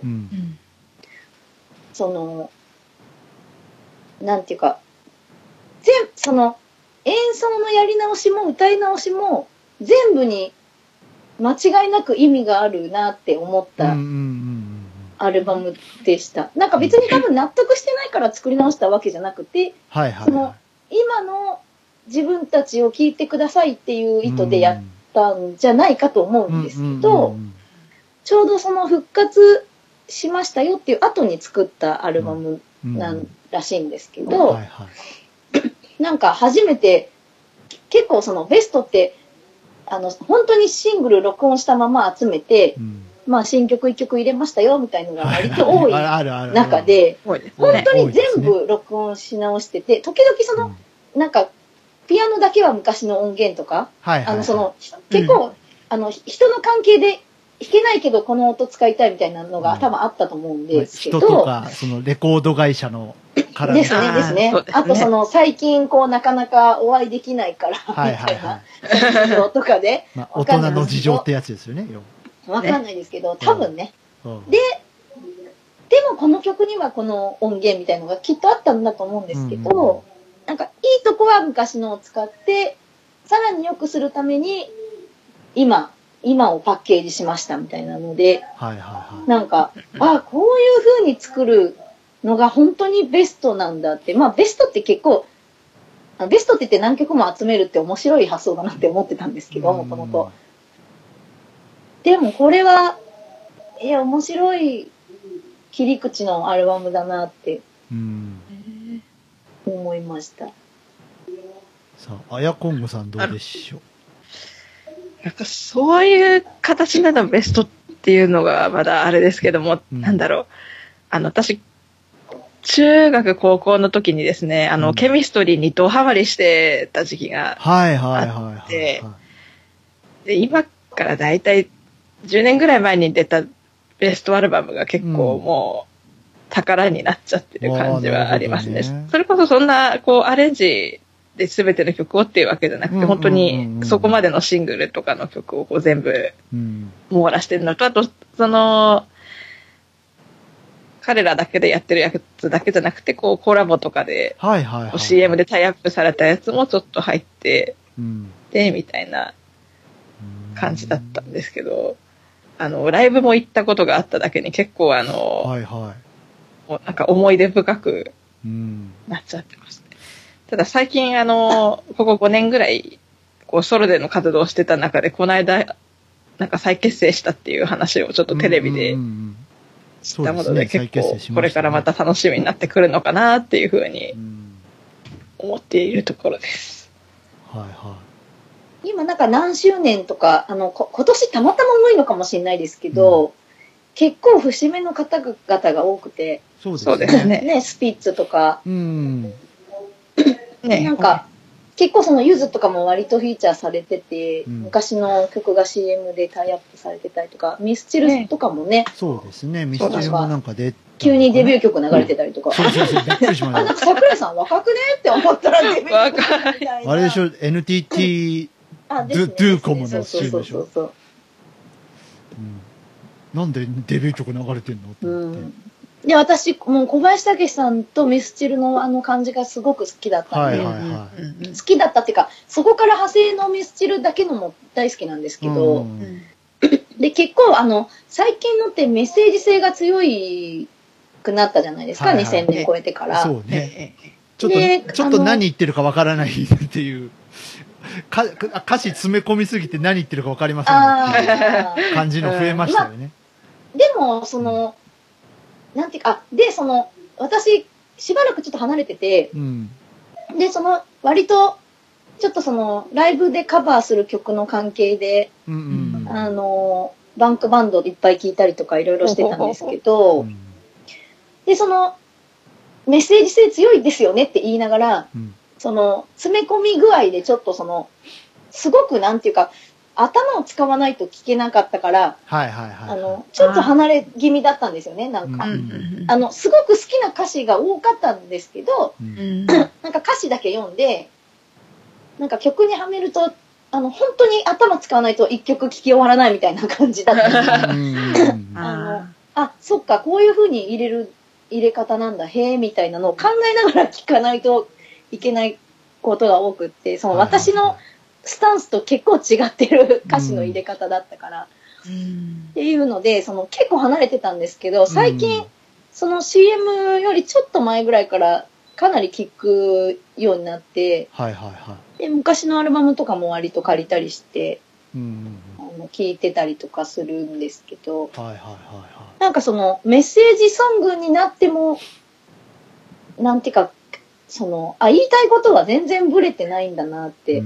その、なんていうか、全、その、演奏のやり直しも歌い直しも全部に間違いなく意味があるなって思ったアルバムでした。なんか別に多分納得してないから作り直したわけじゃなくて、その今今の自分たちを聞いてくださいっていう意図でやったんじゃないかと思うんですけど、ちょうどその復活しましたよっていう後に作ったアルバムなんらしいんですけど、なんか初めて結構そのベストってあの本当にシングル録音したまま集めて、うん、まあ新曲いっきょく入れましたよみたいなのが割と多い中で、本当に全部録音し直してて、時々その、うん、なんかピアノだけは昔の音源とか、はいはいはい、あのその結構、うん、あの人の関係で弾けないけどこの音使いたいみたいなのが、うん、多分あったと思うんですけど、 人とかそのレコード会社のからですねですね。あとその最近こうなかなかお会いできないからみたいな事情とかで、 まあ、大人の事情ってやつですよね。 わかんないですけど、多分ね。で、でもこの曲にはこの音源みたいのがきっとあったんだと思うんですけど、うん、なんかいいとこは昔のを使ってさらに良くするために今今をパッケージしましたみたいなので、はいはいはい、なんかあこういう風に作るのが本当にベストなんだって、まあベストって結構ベストって言って何曲も集めるって面白い発想だなって思ってたんですけど、もともと。でもこれは、えー、面白い切り口のアルバムだなって思いました。 さあ、あやこんごさんどうでしょう。 なんかそういう形でのベストっていうのがまだあれですけども、うん、なんだろう。あの、私、中学高校の時にですね、あの、うん、ケミストリーにドハマりしてた時期があって、で、今からだいたいじゅうねんぐらい前に出たベストアルバムが結構もう宝になっちゃってる感じはありますね。うん、それこそそんな、こう、アレンジで全ての曲をっていうわけじゃなくて、本当にそこまでのシングルとかの曲をこう全部網羅してるのと、あと、その、彼らだけでやってるやつだけじゃなくて、こう、コラボとかで、はいはいはい、シーエム でタイアップされたやつもちょっと入って、うん、で、みたいな感じだったんですけど、あの、ライブも行ったことがあっただけに結構あの、はいはい、なんか思い出深くなっちゃってますね。うん、ただ最近あの、ここごねんぐらい、こう、ソロでの活動をしてた中で、この間、なんか再結成したっていう話をちょっとテレビで、うんうんうん知ったもので結構これからまた楽しみになってくるのかなっていうふうに思っているところです。 はいはい。今なんか何周年とかあのこ今年たまたま多いのかもしれないですけど、うん、結構節目の方々が多くて、 そうですね。 ねスピッツとか、うん、ねなんか。結構そのユズとかも割とフィーチャーされてて、うん、昔の曲が シーエム でタイアップされてたりとか、ミスチルとかもね。 そうですね、ミスチルもなんかで。 急にデビュー曲流れてたりとか。そうそうそう、びっくりしました。あ、なんか桜井さん若くねって思ったらデビュー曲みたいな。 あれでしょ、エヌティーティー ドゥ、ドゥコムの シーエム でしょ。そうそうそう。なんでデビュー曲流れてんのって思って。うんで、私、もう小林武史さんとミスチルのあの感じがすごく好きだったんで、はいはいはい、好きだったっていうか、そこから派生のミスチルだけのも大好きなんですけど、うん、で、結構あの、最近のってメッセージ性が強いくなったじゃないですか、はいはい、にせんねん超えてから。そうね。 ちょっと、ちょっと何言ってるかわからないっていう。か歌詞詰め込みすぎて何言ってるかわかりませんっていう感じの増えましたよね。 まあ、でも、その、なんていうか、で、その、私、しばらくちょっと離れてて、うん、で、その、割と、ちょっとその、ライブでカバーする曲の関係で、うんうん、あの、バンクバンドでいっぱい聴いたりとかいろいろしてたんですけど、うん、で、その、メッセージ性強いですよねって言いながら、うん、その、詰め込み具合でちょっとその、すごくなんていうか、頭を使わないと聞けなかったから、はいはいはい、あの、ちょっと離れ気味だったんですよね、なんか。あの、すごく好きな歌詞が多かったんですけど、うん、なんか歌詞だけ読んで、なんか曲にはめると、あの、本当に頭使わないと一曲聴き終わらないみたいな感じだったんですよ。あの、あ、そっか、こういう風に入れる、入れ方なんだ、へえ、みたいなのを考えながら聴かないといけないことが多くって、その私の、スタンスと結構違ってる歌詞の入れ方だったから、うん、っていうのでその結構離れてたんですけど最近、うん、その シーエム よりちょっと前ぐらいからかなり聴くようになって、 はいはいはい。 で、昔のアルバムとかも割と借りたりして、 うんうんうん、あの聴いてたりとかするんですけど、 はいはいはいはい。 なんかそのメッセージソングになっても、なんていうか、その、あ、言いたいことは全然ブレてないんだなって。うん、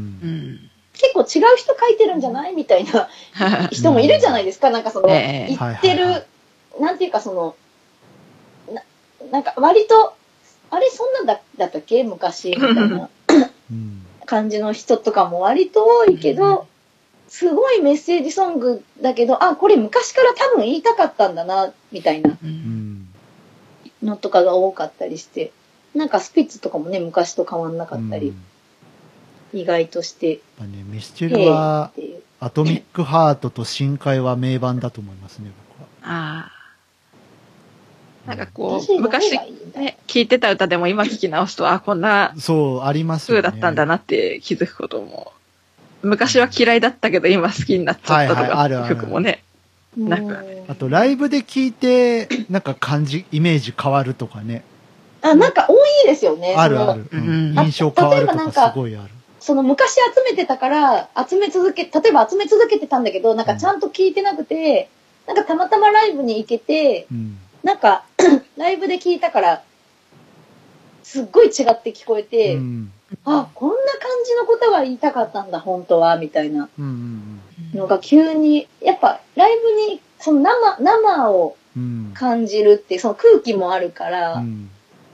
結構違う人書いてるんじゃないみたいな人もいるじゃないですか。なんかその、言ってる、なんていうかその、な, なんか割と、あれそんなんだだったっけ昔みたいな感じの人とかも割と多いけど、すごいメッセージソングだけど、あ、これ昔から多分言いたかったんだな、みたいなのとかが多かったりして、なんかスピッツとかもね、昔と変わんなかったり、うん、意外として。 やっぱね、ミスチルは、アトミックハートと深海は名盤だと思いますね、僕は。 ああ。なんかこう、昔、ね、聴いてた歌でも今聴き直すと、あ、こんな、 そう、ありますよね。 風だったんだなって気づくことも。昔は嫌いだったけど、今好きになっちゃったとか、はいはい、あるある曲もね。なんか。 あと、ライブで聴いて、なんか感じ、イメージ変わるとかね。 あ、なんか多いですよね。 あるある。うん、印象変わるとかすごいある。 その昔集めてたから、集め続け、例えば集め続けてたんだけど、なんかちゃんと聞いてなくて、うん、なんかたまたまライブに行けて、うん、なんか、ライブで聞いたから、すっごい違って聞こえて、うん、あ、こんな感じのことが言いたかったんだ、本当は、みたいなのが急に、やっぱライブに、その生、生を感じるっていう、その空気もあるから、うん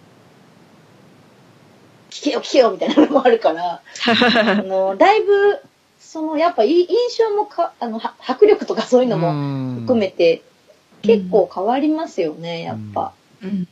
聞けよ聞けよみたいなのもあるからあのだいぶそのやっぱ印象もかあの迫力とかそういうのも含めて結構変わりますよね、やっぱ。うん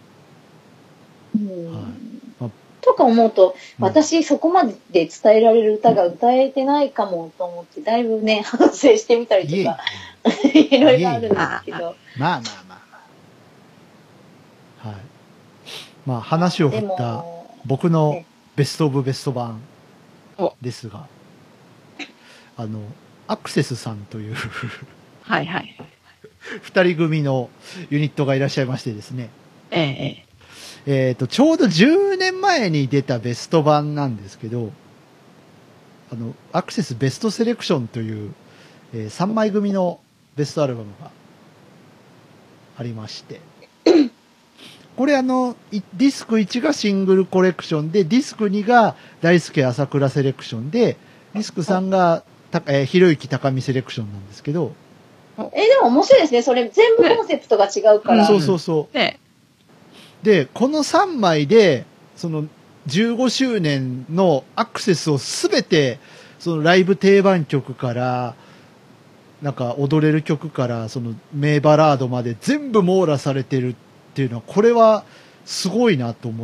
うんはい、とか思うと、うん、私そこまで伝えられる歌が歌えてないかもと思ってだいぶね反省してみたりとかいろいろあるんですけど。 まあまあまあまあ。はい。まあ話を振った僕のベストオブベスト版ですが、あの、アクセスさんというはいはい。 二人組のユニットがいらっしゃいましてですね。 ええ。 えっと、ちょうどじゅうねんまえに出たベスト版なんですけど、あの、アクセスベストセレクションという、えー、さんまい組のベストアルバムがありまして、これあの、ディスクいちがシングルコレクションで、ディスクにが大輔朝倉セレクションで、ディスクさんがた、えー、ひろゆき高見セレクションなんですけど。 えー、でも面白いですね。それ全部コンセプトが違うから。 ね、そうそうそう。ね、で、このさんまいで、そのじゅうごしゅうねんのアクセスをすべて、そのライブ定番曲から、なんか踊れる曲から、その名バラードまで全部網羅されてるっていうのは、これはすごいなと思って。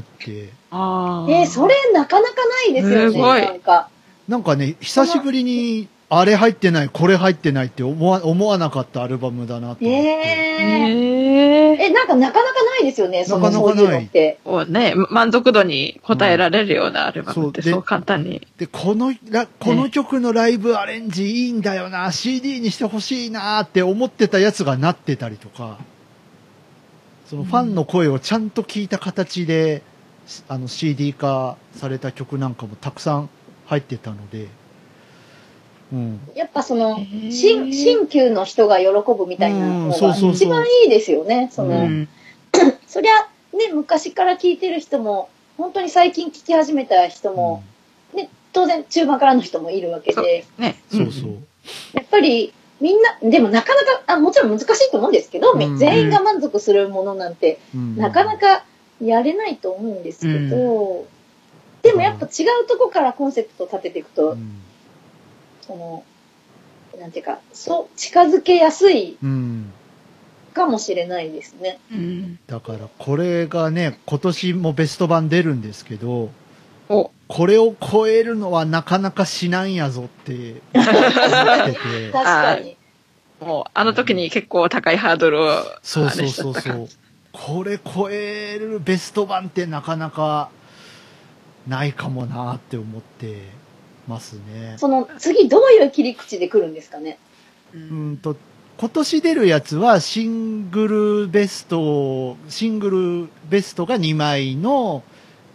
あえー、それなかなかないですよね。すごい。なんか。 なんかね、久しぶりに、あれ入ってない、これ入ってないって思わ思わなかったアルバムだなと思って。 えー、え、なんかなかなかないですよね、その、なかなかない。そういうのって。 ね、満足度に応えられるようなアルバムって、そう簡単に。 で、この、この曲のライブアレンジいいんだよな、シーディー にしてほしいなって思ってたやつがなってたりとか、そのファンの声をちゃんと聞いた形で、あの シーディー 化された曲なんかもたくさん入ってたので、うん、 やっぱその新新旧の人が喜ぶみたいなのが一番いいですよね。その、うん、そりゃね昔から聞いてる人も本当に最近聞き始めた人も、うん、ね当然中盤からの人もいるわけで、 ね、 そうそう。 やっぱりみんなでもなかなかあもちろん難しいと思うんですけど、うん、全員が満足するものなんて、うん、なかなかやれないと思うんですけど、うん、でもやっぱ違うとこからコンセプトを立てていくと。うんそのなんていうかそう近づけやすいかもしれないですね、 うん、だからこれがね今年もベスト版出るんですけどおこれを超えるのはなかなかしないんやぞって思ってて確かにもうあの時に結構高いハードルをそうそうそうそうこれ超えるベスト版ってなかなかないかもなって思ってますね。 その次どういう切り口で来るんですかね。 うんと今年出るやつはシングルベストシングルベストがにまいの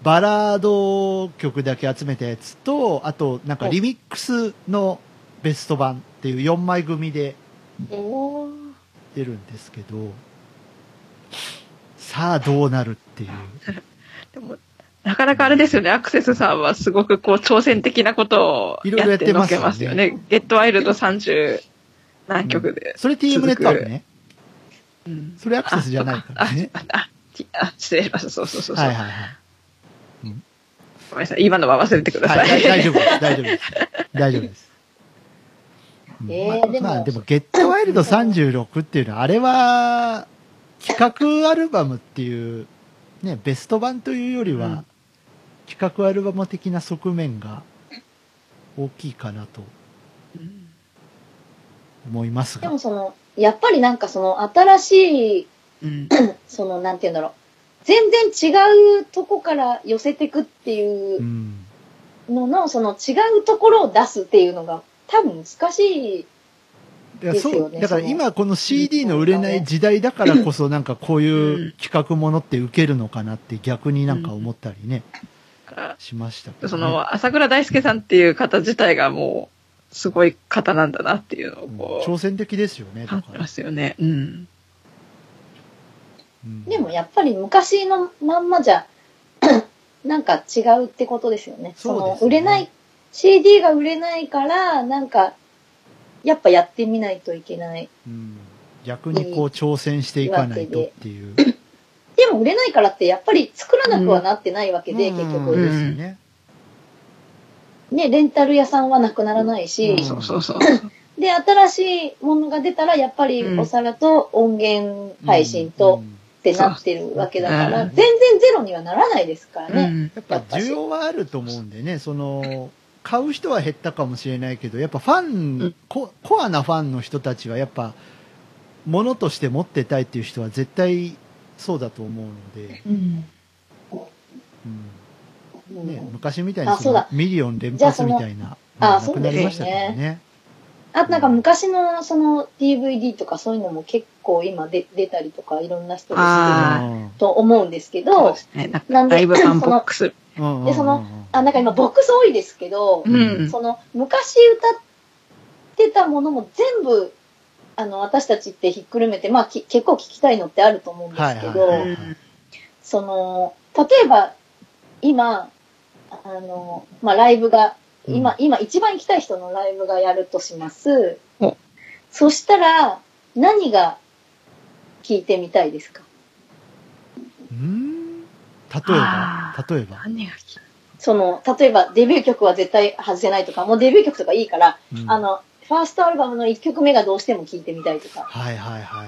バラード曲だけ集めたやつと、あと、なんかリミックスのベスト版っていうよんまい組で出るんですけど、さあどうなるっていう。 でもなかなかあれですよね、アクセスさんはすごくこう挑戦的なことをやってのけますよね。ゲットワイルドさんじゅう何曲で、 うん。それ ティーエム ネットワークね。うん。それアクセスじゃないからね。 あ、あ、あ、あ失礼しました。そうそうそうそう。 はいはいはい。 うん、ごめんなさい、今のは忘れてください。はい、 大丈夫です。大丈夫です。大丈夫です。 えー、でも、 まあでも、ゲットワイルドさんじゅうろくっていうのは、あれは、企画アルバムっていう、ね、ベスト版というよりは、うん、企画アルバム的な側面が大きいかなと思いますが。 でもその、やっぱりなんかその新しい、うん、そのなんて言うんだろう、全然違うとこから寄せてくっていうのの、その違うところを出すっていうのが多分難しい。 いやそうだから今この シーディー の売れない時代だからこそなんかこういう企画ものって受けるのかなって逆になんか思ったりね、うん、しましたけどね。 その朝倉大輔さんっていう方自体がもうすごい方なんだなっていうのをこう、 うん、挑戦的ですよね。 だからますよね。うん。 でもやっぱり昔のまんまじゃなんか違うってことですよね。その売れない シーディー が売れないからなんかやっぱやってみないといけない。 うん、逆にこう挑戦していかないとっていう。 でも売れないからってやっぱり作らなくはなってないわけで、うん、結局。 ですね。 ね、レンタル屋さんはなくならないし。 うん、そうそうそう。 で、新しいものが出たらやっぱりお皿と音源配信とってなってるわけだから、全然ゼロにはならないですからね。うん、 やっぱ需要はあると思うんでね、その、買う人は減ったかもしれないけど、やっぱファン、うん、コ、コアなファンの人たちはやっぱ、物として持ってたいっていう人は絶対そうだと思うので、うんうんね、昔みたいにそのミリオン連発みたいな、 なくなりましたけどね。あとなんか昔のその ディーブイディー とかそういうのも結構今で出たりとかいろんな人がしてると思うんですけど、 なんで、ライブ版ボックス。 で、その、あ、なんか今ボックス多いですけど、うん、その、昔歌ってたものも全部、あの、私たちってひっくるめて、まあ、き結構聞きたいのってあると思うんですけど、その、例えば、今、あの、まあ、ライブが、今、うん、今一番行きたい人のライブがやるとします。そしたら、何が聞いてみたいですか？ うん例えば例えば何がその、例えばデビュー曲は絶対外せないとか、もうデビュー曲とかいいから、うん、あの、ファーストアルバムのいっきょくめがどうしても聴いてみたいとか。 はいはいはいはい。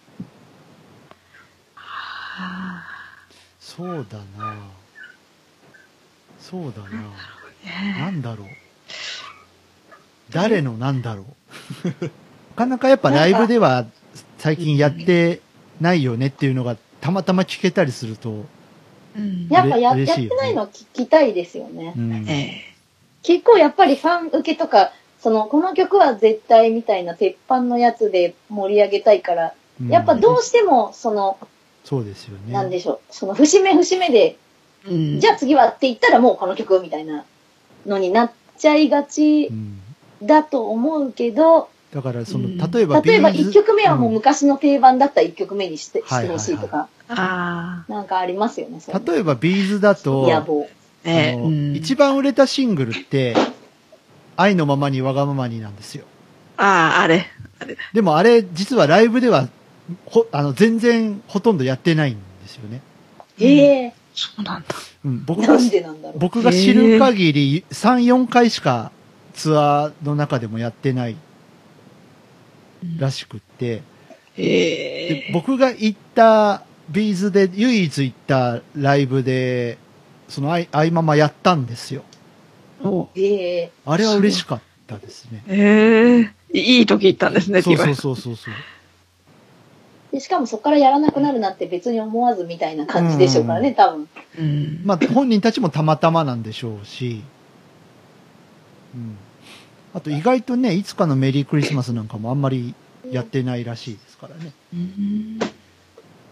はそうだなそうだななんだろう。誰のなんだろう。なかなかやっぱライブでは最近やってないよねっていうのがたまたま聞けたりすると、 うん、やっぱ や, やってないの聞きたいですよね、うんえー。結構やっぱりファン受けとか、その、この曲は絶対みたいな鉄板のやつで盛り上げたいから、うん、やっぱどうしても、その、 そうですよね。 なんでしょう、その節目節目で、うん、じゃあ次はって言ったらもうこの曲みたいなのになっちゃいがちだと思うけど、 だからその、例えば、 例えばいっきょくめはもう昔の定番だったらいっきょくめにしてほしいとか、なんかありますよね。 例えばビーズだと、 野望。 えー、一番売れたシングルって、愛のままにわがままになんですよ。 ああ、あれ。あれでもあれ、実はライブでは、ほ、あの、全然ほとんどやってないんですよね。 ええー。 そうなんだ。 うん、僕が、僕が知る限り、さん、よんかいしかツアーの中でもやってないらしくって、 うん、で僕が行ったビーズで唯一行ったライブでそのあい、あいままやったんですよ。 おえー、あれは嬉しかったですね。 えー、いい時行ったんですね。 そうそうそうそうそう。 でしかもそこからやらなくなるなんて別に思わずみたいな感じでしょうからね、うん、多分。 うん、まあ本人たちもたまたまなんでしょうし、うん、あと意外とね、いつかのメリークリスマスなんかもあんまりやってないらしいですからね。 うん、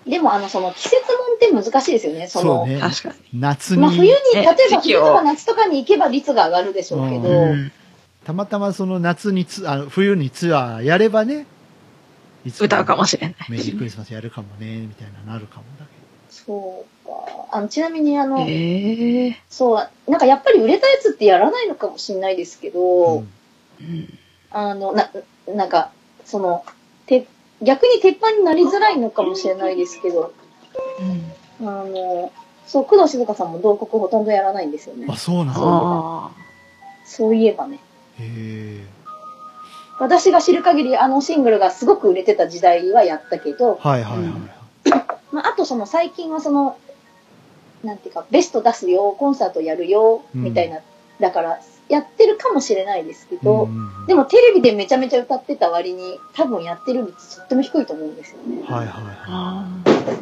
でも、あの、その、季節もんって難しいですよね、その。 そうね。 確かに。 夏に。 まあ、冬に、例えば冬とか夏とかに行けば率が上がるでしょうけど。うん、 たまたまその夏につ、あの、冬にツアーやればね、 いつ歌うかもしれない。 メリークリスマスやるかもね、みたいななるかもだけど。そうか。あの、ちなみにあの、 えー、 そう、なんかやっぱり売れたやつってやらないのかもしれないですけど、うん、あの、な、なんか、その、て、逆に鉄板になりづらいのかもしれないですけど、うん、あの、そう、工藤静香さんも同国ほとんどやらないんですよね。 あ、そうなんだ。そういえばね。 へー。 私が知る限りあのシングルがすごく売れてた時代はやったけど、 はいはいはい。 まあ、あとその最近はその、なんていうか、ベスト出すよ、コンサートやるよ、みたいな、うん、だから、やってるかもしれないですけど、うん、でもテレビでめちゃめちゃ歌ってた割に、多分やってる率とっても低いと思うんですよね。 はいはいはい。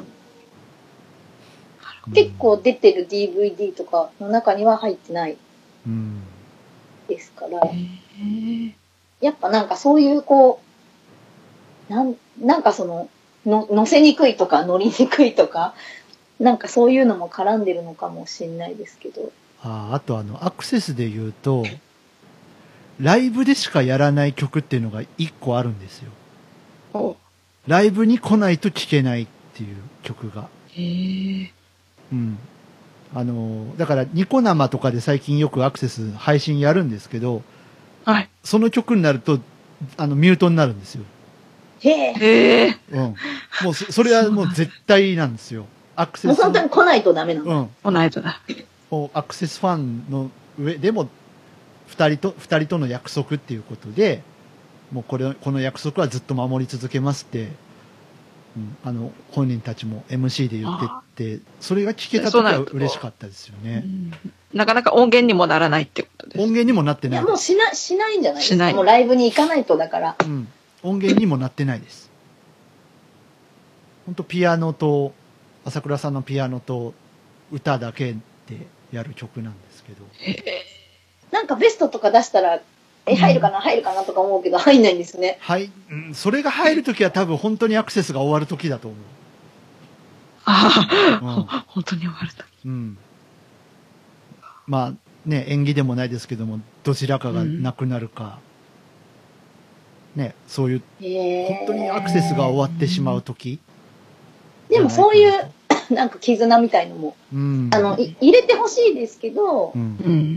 結構出てる ディーブイディー とかの中には入ってないですから、うんやっぱなんかそういうこう、なん、なんかその、の、乗せにくいとか乗りにくいとか、なんかそういうのも絡んでるのかもしれないですけど。 ああ、あとあの、アクセスで言うと、ライブでしかやらない曲っていうのが一個あるんですよ。おライブに来ないと聴けないっていう曲が。 へえ。 うん。あの、だからニコ生とかで最近よくアクセス配信やるんですけど、 はい。 その曲になると、あの、ミュートになるんですよ。 へえ。 へうん。もうそ、それはもう絶対なんですよ。アクセス。 もう本当に来ないとダメなの。 うん。 来ないとだ。 もうアクセスファンの上でも、二人と、二人との約束っていうことで、もうこれ、この約束はずっと守り続けますって、うん、あの、本人たちも エムシー で言ってって、それが聞けた時は嬉しかったですよね。 なかなか音源にもならないってことです。 音源にもなってない。 いや、もうしな、しないんじゃないですか。 しない。 もうライブに行かないとだから。 うん。音源にもなってないです。本当ピアノと、朝倉さんのピアノと歌だけでやる曲なんですけど。 なんかベストとか出したら、え、入るかな、うん、入るかなとか思うけど、入んないんですね。 はい。うん、それが入るときは多分本当にアクセスが終わるときだと思う。 ああ、うん、本当に終わるとき。 うん。まあね、縁起でもないですけども、どちらかがなくなるか、うん、ね、そういう、本当にアクセスが終わってしまうとき。 でもそういう、なんか絆みたいのも、うん、あの、い入れてほしいですけど、うん、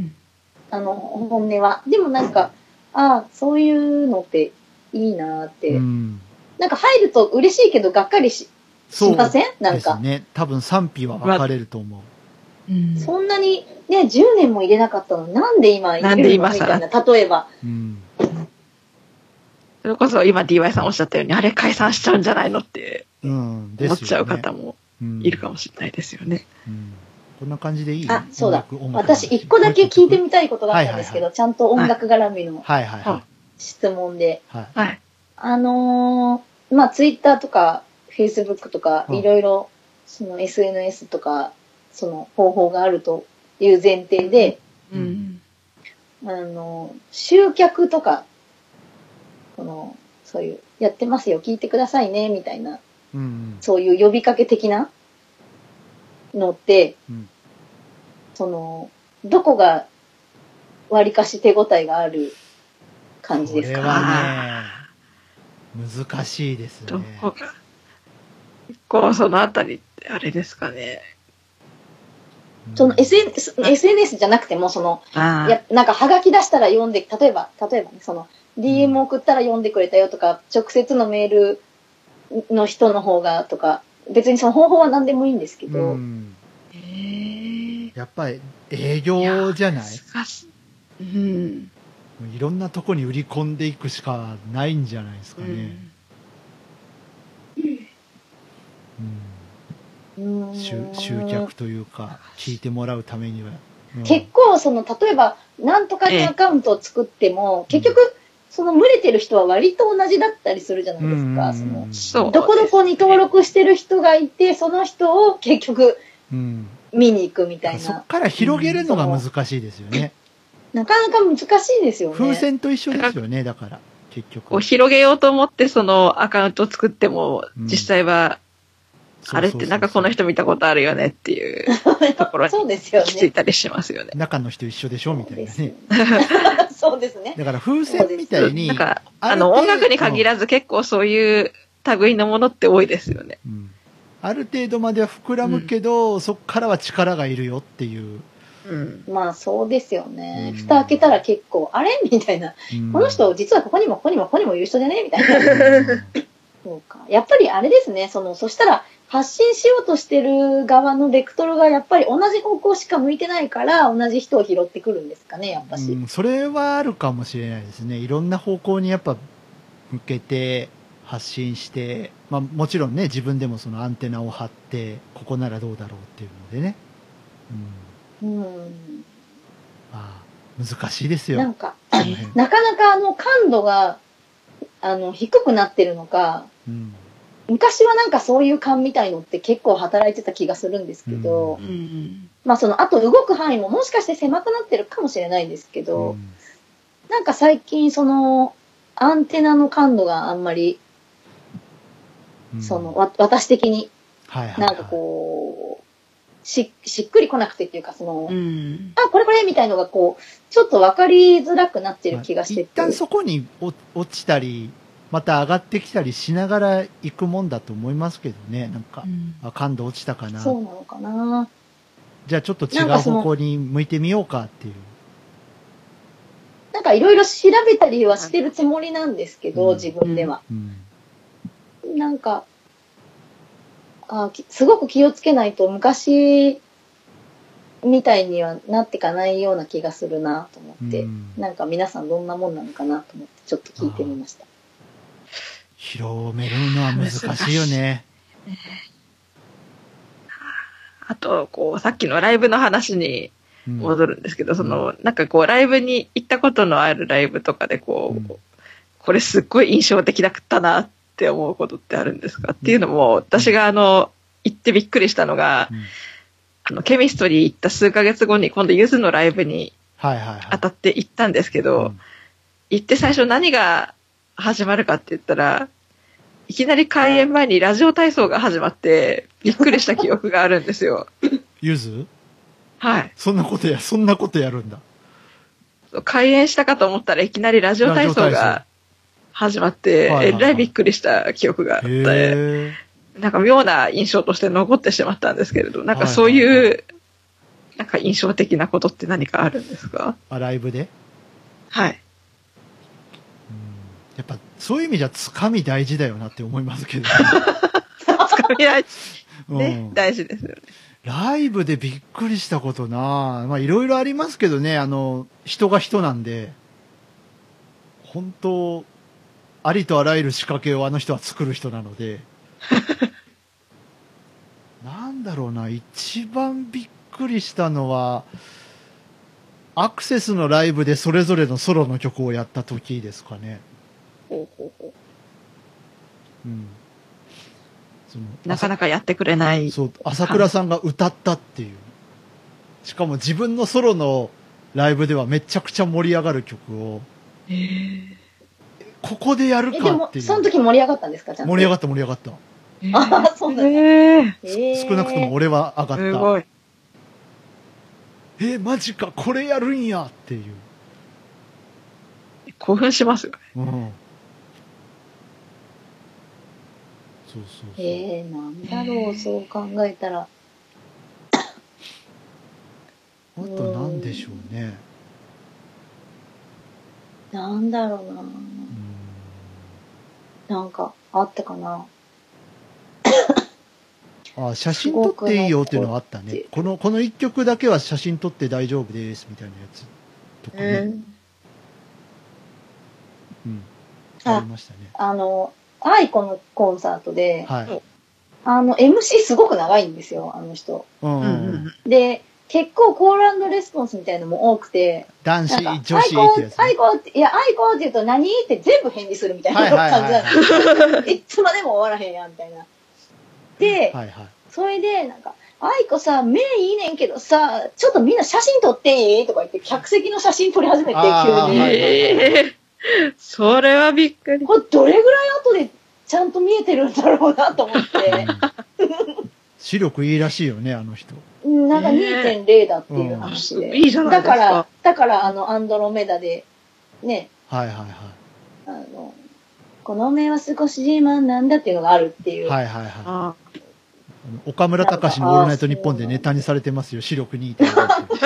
あの、本音は。でもなんか、ああ、そういうのっていいなーって、うん。なんか入ると嬉しいけど、がっかりし、しませんなんか。 ですね。多分賛否は分かれると思う。 うん、そんなにね、じゅうねんも入れなかったのになんで今入れるのみたいな、例えば。うん、 それこそ今 ディーワイ さんおっしゃったように、あれ解散しちゃうんじゃないのって思っちゃう方もいるかもしれないですよね。 うんうん、こんな感じでいい？ あ、そうだ。私一個だけ聞いてみたいことがあったんですけど、はいはいはい、ちゃんと音楽絡みの質問で。 はいはい、 あのー、まあ、ツイッターとか、フェイスブックとか、いろいろ、その エスエヌエス とか、その方法があるという前提で、うん、あの、集客とか、この、そういう、やってますよ、聞いてくださいね、みたいな、うん、そういう呼びかけ的なのって、うん、その、どこが割かし手応えがある感じですか？ これはね、難しいですね。 どこが結構そのあたりってあれですかね。 その エスエヌエス、エスエヌエス じゃなくても、その、や、なんかハガキ出したら読んで、例えば、例えばね、その、ディーエム 送ったら読んでくれたよとか、直接のメールの人の方がとか、別にその方法は何でもいいんですけど。うん、 へー、 やっぱり営業じゃない？ うん。 いろんなとこに売り込んでいくしかないんじゃないですかね。うんうん、集, 集客というか聞いてもらうためには、 うん、結構その例えばなんとかにアカウントを作っても結局その群れてる人は割と同じだったりするじゃないですか。そのどこどこに登録してる人がいてその人を結局見に行くみたいな、 そっから広げるのが難しいですよね。 なかなか難しいですよね。 風船と一緒ですよね。だから結局こう広げようと思ってそのアカウントを作っても、うん、実際はあれってなんかこの人見たことあるよねっていうところに行き着いたりしますよね。 中の人一緒でしょみたいなね。 そうですね。 だから風船みたいに。 なんか、あの音楽に限らず結構そういう類のものって多いですよね。 うん、ある程度までは膨らむけど、うん、そこからは力がいるよっていう。 うん、まあそうですよね。うん、蓋開けたら結構、あれみたいな、うん。この人実はここにもここにもここにもいる人じゃねみたいな。うん、そうか。やっぱりあれですね。その、そしたら発信しようとしてる側のベクトルがやっぱり同じ方向しか向いてないから同じ人を拾ってくるんですかね、やっぱし。 うん、それはあるかもしれないですね。いろんな方向にやっぱ向けて発信して、まあもちろんね、自分でもそのアンテナを張って、ここならどうだろうっていうのでね。うん。うん、まあ、難しいですよ。 なんか、なかなかあの感度が、あの、低くなってるのか、うん、昔はなんかそういう感みたいのって結構働いてた気がするんですけど、うん、まあその、あと動く範囲ももしかして狭くなってるかもしれないですけど、うん、なんか最近その、アンテナの感度があんまり、うん、その、わ、私的に、はいはいはい、なんかこう、し、しっくりこなくてっていうか、その、うん、あ、これこれみたいのがこう、ちょっとわかりづらくなってる気がしてて。 一旦そこに落ちたり、また上がってきたりしながら行くもんだと思いますけどね。なんか、うん、あ、感度落ちたかな。 そうなのかな。 じゃあちょっと違う方向に向いてみようかっていう。 なんかいろいろ調べたりはしてるつもりなんですけど、うん、自分では。うんうん、なんか、あ、すごく気をつけないと昔みたいにはなっていかないような気がするなと思って、うん、なんか皆さんどんなもんなのかなと思ってちょっと聞いてみました。 広めるのは難しいよね。 あと、こう、さっきのライブの話に戻るんですけど、うん、その、なんかこう、ライブに行ったことのあるライブとかで、こう、うん、これすっごい印象的だったなって思うことってあるんですか、うん、っていうのも、私があの、行ってびっくりしたのが、うん、あの、ケミストリー行った数ヶ月後に今度ユズのライブに当たって行ったんですけど、はいはいはい、行って最初何が始まるかって言ったら、いきなり開演前にラジオ体操が始まって、びっくりした記憶があるんですよ。 ゆず？ はい。 そんなことや、そんなことやるんだ。 開演したかと思ったらいきなりラジオ体操が始まって、えらいびっくりした記憶があって、なんか妙な印象として残ってしまったんですけれど、なんかそういう、はいはいはい、なんか印象的なことって何かあるんですか？ あ、ライブで？ はい。 やっぱそういう意味じゃつかみ大事だよなって思いますけど、ね、 つかみ大事、ね、うん、大事ですよね。 ライブでびっくりしたことな、まあいろいろありますけどね、あの人が人なんで本当ありとあらゆる仕掛けをあの人は作る人なのでなんだろうな、一番びっくりしたのはアクセスのライブでそれぞれのソロの曲をやった時ですかね。ほうほうほう。うん。そのなかなかやってくれない。 そう、朝倉さんが歌ったっていう。しかも自分のソロのライブではめちゃくちゃ盛り上がる曲を。へー、ここでやるかっていう。でも、 その時盛り上がったんですか？ちゃんと。 盛り上がった盛り上がった。 えー、ああ、そうなんだ。 少なくとも俺は上がった。すごい。えー、マジか、これやるんやっていう。 興奮しますよね。うん。 そうそうそう。 えー、なんだろう、そう考えたら。 あとなんでしょうね。 なんだろうな。うん、なんか、あったかな。 あ、写真撮っていいよっていうのはあったね。この、この一曲だけは写真撮って大丈夫ですみたいなやつとかね。うん。うん、ありましたね。 あの、アイコのコンサートで、はい、あの、エムシー すごく長いんですよ、あの人。うんうん、で、結構コール&レスポンスみたいなのも多くて、 男子、女子ってやつ、ね。アイコって、いや、アイコって言うと何って全部返事するみたいな感じなんですよ。いつまでも終わらへんやん、みたいな。で、はいはい、それで、なんか、アイコさ、目いいねんけどさ、ちょっとみんな写真撮っていいとか言って、客席の写真撮り始めて、急に。はいはいはい、 それはびっくり。 これどれぐらい後でちゃんと見えてるんだろうなと思って。 視力いいらしいよね、あの人。 なんか にてんれい だっていう話で。 いいじゃないですか。 だから、だからあの、アンドロメダで、ね。 はいはいはい。 あの、この目は少し自慢なんだっていうのがあるっていう。 はいはいはい。岡村隆史のオールナイトニッポンでネタにされてますよ、視力 にてんれい。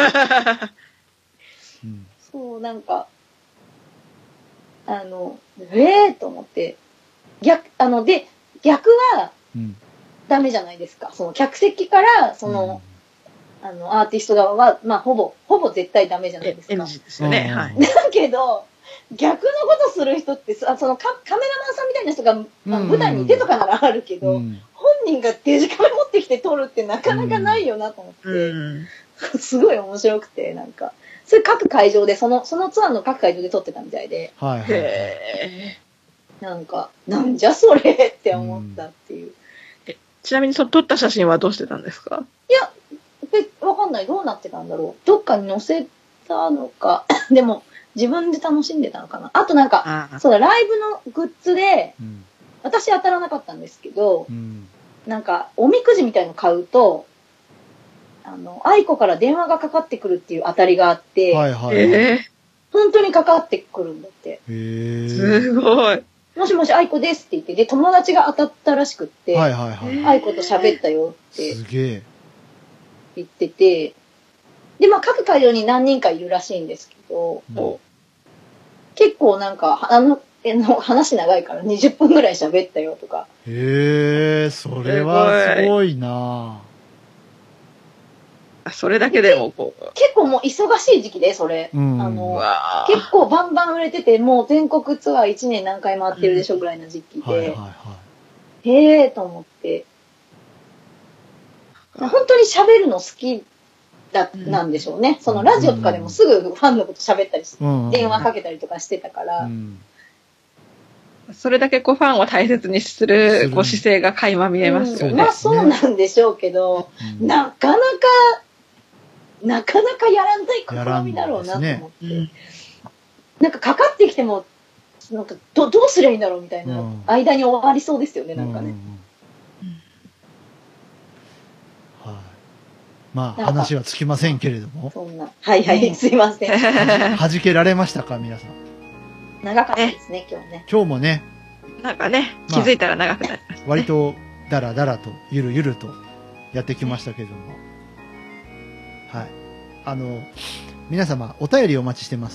うん、そう、なんか、あの、ええー、と思って、逆、あの、で、逆は、ダメじゃないですか。その客席から、その、うん、あの、アーティスト側は、まあ、ほぼ、ほぼ絶対ダメじゃないですか。 エヌジー ですよね。はい。 だけど、逆のことする人って、そのカ、カメラマンさんみたいな人が、まあ、舞台にいてとかならあるけど、うん、本人がデジカメ持ってきて撮るってなかなかないよなと思って、うん、すごい面白くて、なんか、それ各会場で、その、そのツアーの各会場で撮ってたみたいで、 はいはい、へーなんか、なんじゃそれって思ったっていう。うん、 えちなみにそ撮った写真はどうしてたんですか？ いや、わかんない。どうなってたんだろう。どっかに載せたのか。でも、自分で楽しんでたのかな。あとなんか、そうだ、ライブのグッズで、うん、私当たらなかったんですけど、うん、なんか、おみくじみたいの買うと、あの、愛子から電話がかかってくるっていう当たりがあって、 はいはい、 えー、本当にかかってくるんだって。 へー、 すごい。 もしもし愛子ですって言って、で、友達が当たったらしくって、 はいはいはい、 愛子と喋ったよって。 すげえ。 言ってて、で、まあ、各会場に何人かいるらしいんですけど、うん、結構なんか、あの、えの話長いからにじゅっぷんぐらい喋ったよとか。 へえ、それはすごいなぁ。それだけでもこう。 結構もう忙しい時期で、それ。うん、あの、結構バンバン売れてて、もう全国ツアーいちねん何回回ってるでしょぐらいの時期で、はいはいはい、へえと思って。本当に喋るの好きだ、なんでしょうね。うん、そのラジオとかでもすぐファンのこと喋ったり、うん、電話かけたりとかしてたから。うん、 それだけこうファンを大切にするこう姿勢が垣間見えますよね。 うん、まあそうなんでしょうけど、うん、なかなか、なかなかやらない試みだろうなと思って。ね、うん、なんかかかってきても、なんかどどうすりゃいいんだろうみたいな、間に終わりそうですよね、なんかね。 まあ話はつきませんけれども。 そんな。はいはい、すいません。 弾けられましたか、皆さん。 長かったですね、今日ね。 今日もね。 なんかね、気づいたら長くなりました、ね。 割とダラダラと、ゆるゆるとやってきましたけども。はい。あの、皆様、お便りお待ちしてます。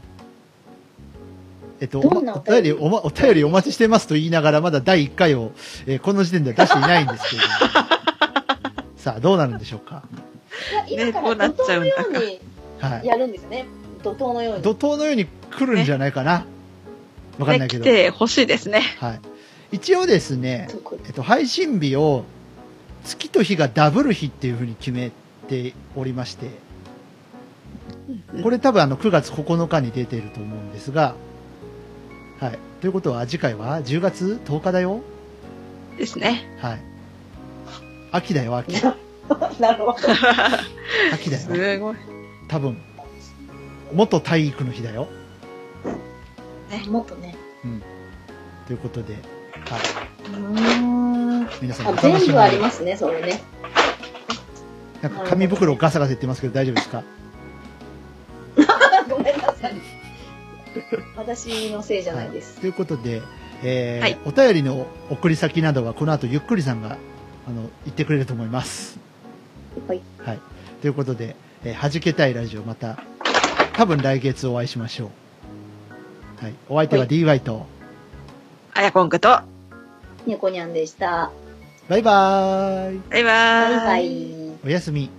えっと、お, お便りお、お便りお待ちしてますと言いながら、まだだいいっかいを、えー、この時点では出していないんですけれども。さあ、どうなるんでしょうか。 今から怒涛のようにやるんですね。怒涛のように。 怒涛のように来るんじゃないかな。わかんないけど。 来てほしいですね。 はい。一応ですね、えっと、配信日を月と日がダブル日っていうふうに決めておりまして、これ多分あのくがつここのかに出ていると思うんですが、はい。ということは次回はじゅうがつとおかだよ。 ですね。 はい。秋だよ、秋。 なるほど。 秋だよ。 すごい。 多分、元体育の日だよ。 ね、元ね。 うん。ということで、はい。 うん。 皆さんお楽しみに。全部ありますね、それね。 なんか紙袋ガサガサ言ってますけど大丈夫ですか？ ごめんなさい。私のせいじゃないです。 はい、ということで、えーはい、お便りの送り先などはこの後ゆっくりさんがあの言ってくれると思います。 はい。 はい。ということで、えー、弾けたいラジオまた多分来月お会いしましょう。はい。お相手は ディーワイ とあやこんくとにゃこにゃんでした。 バイバーイ。 バイバーイ。 バイバイ。 おやすみ。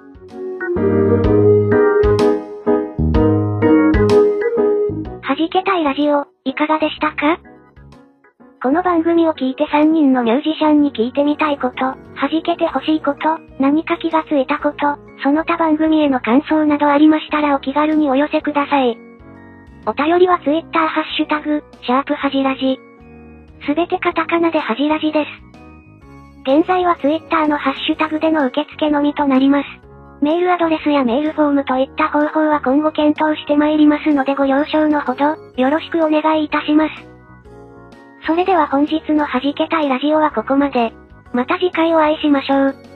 弾けたいラジオ、いかがでしたか？この番組を聞いてさんにんのミュージシャンに聞いてみたいこと、弾けてほしいこと、何か気がついたこと、その他番組への感想などありましたらお気軽にお寄せください。お便りはツイッターハッシュタグ、シャープはじラジ。すべてカタカナではじラジです。現在はツイッターのハッシュタグでの受付のみとなります。メールアドレスやメールフォームといった方法は今後検討してまいりますのでご了承のほど、よろしくお願いいたします。それでは本日の弾けたいラジオはここまで。 また次回お会いしましょう。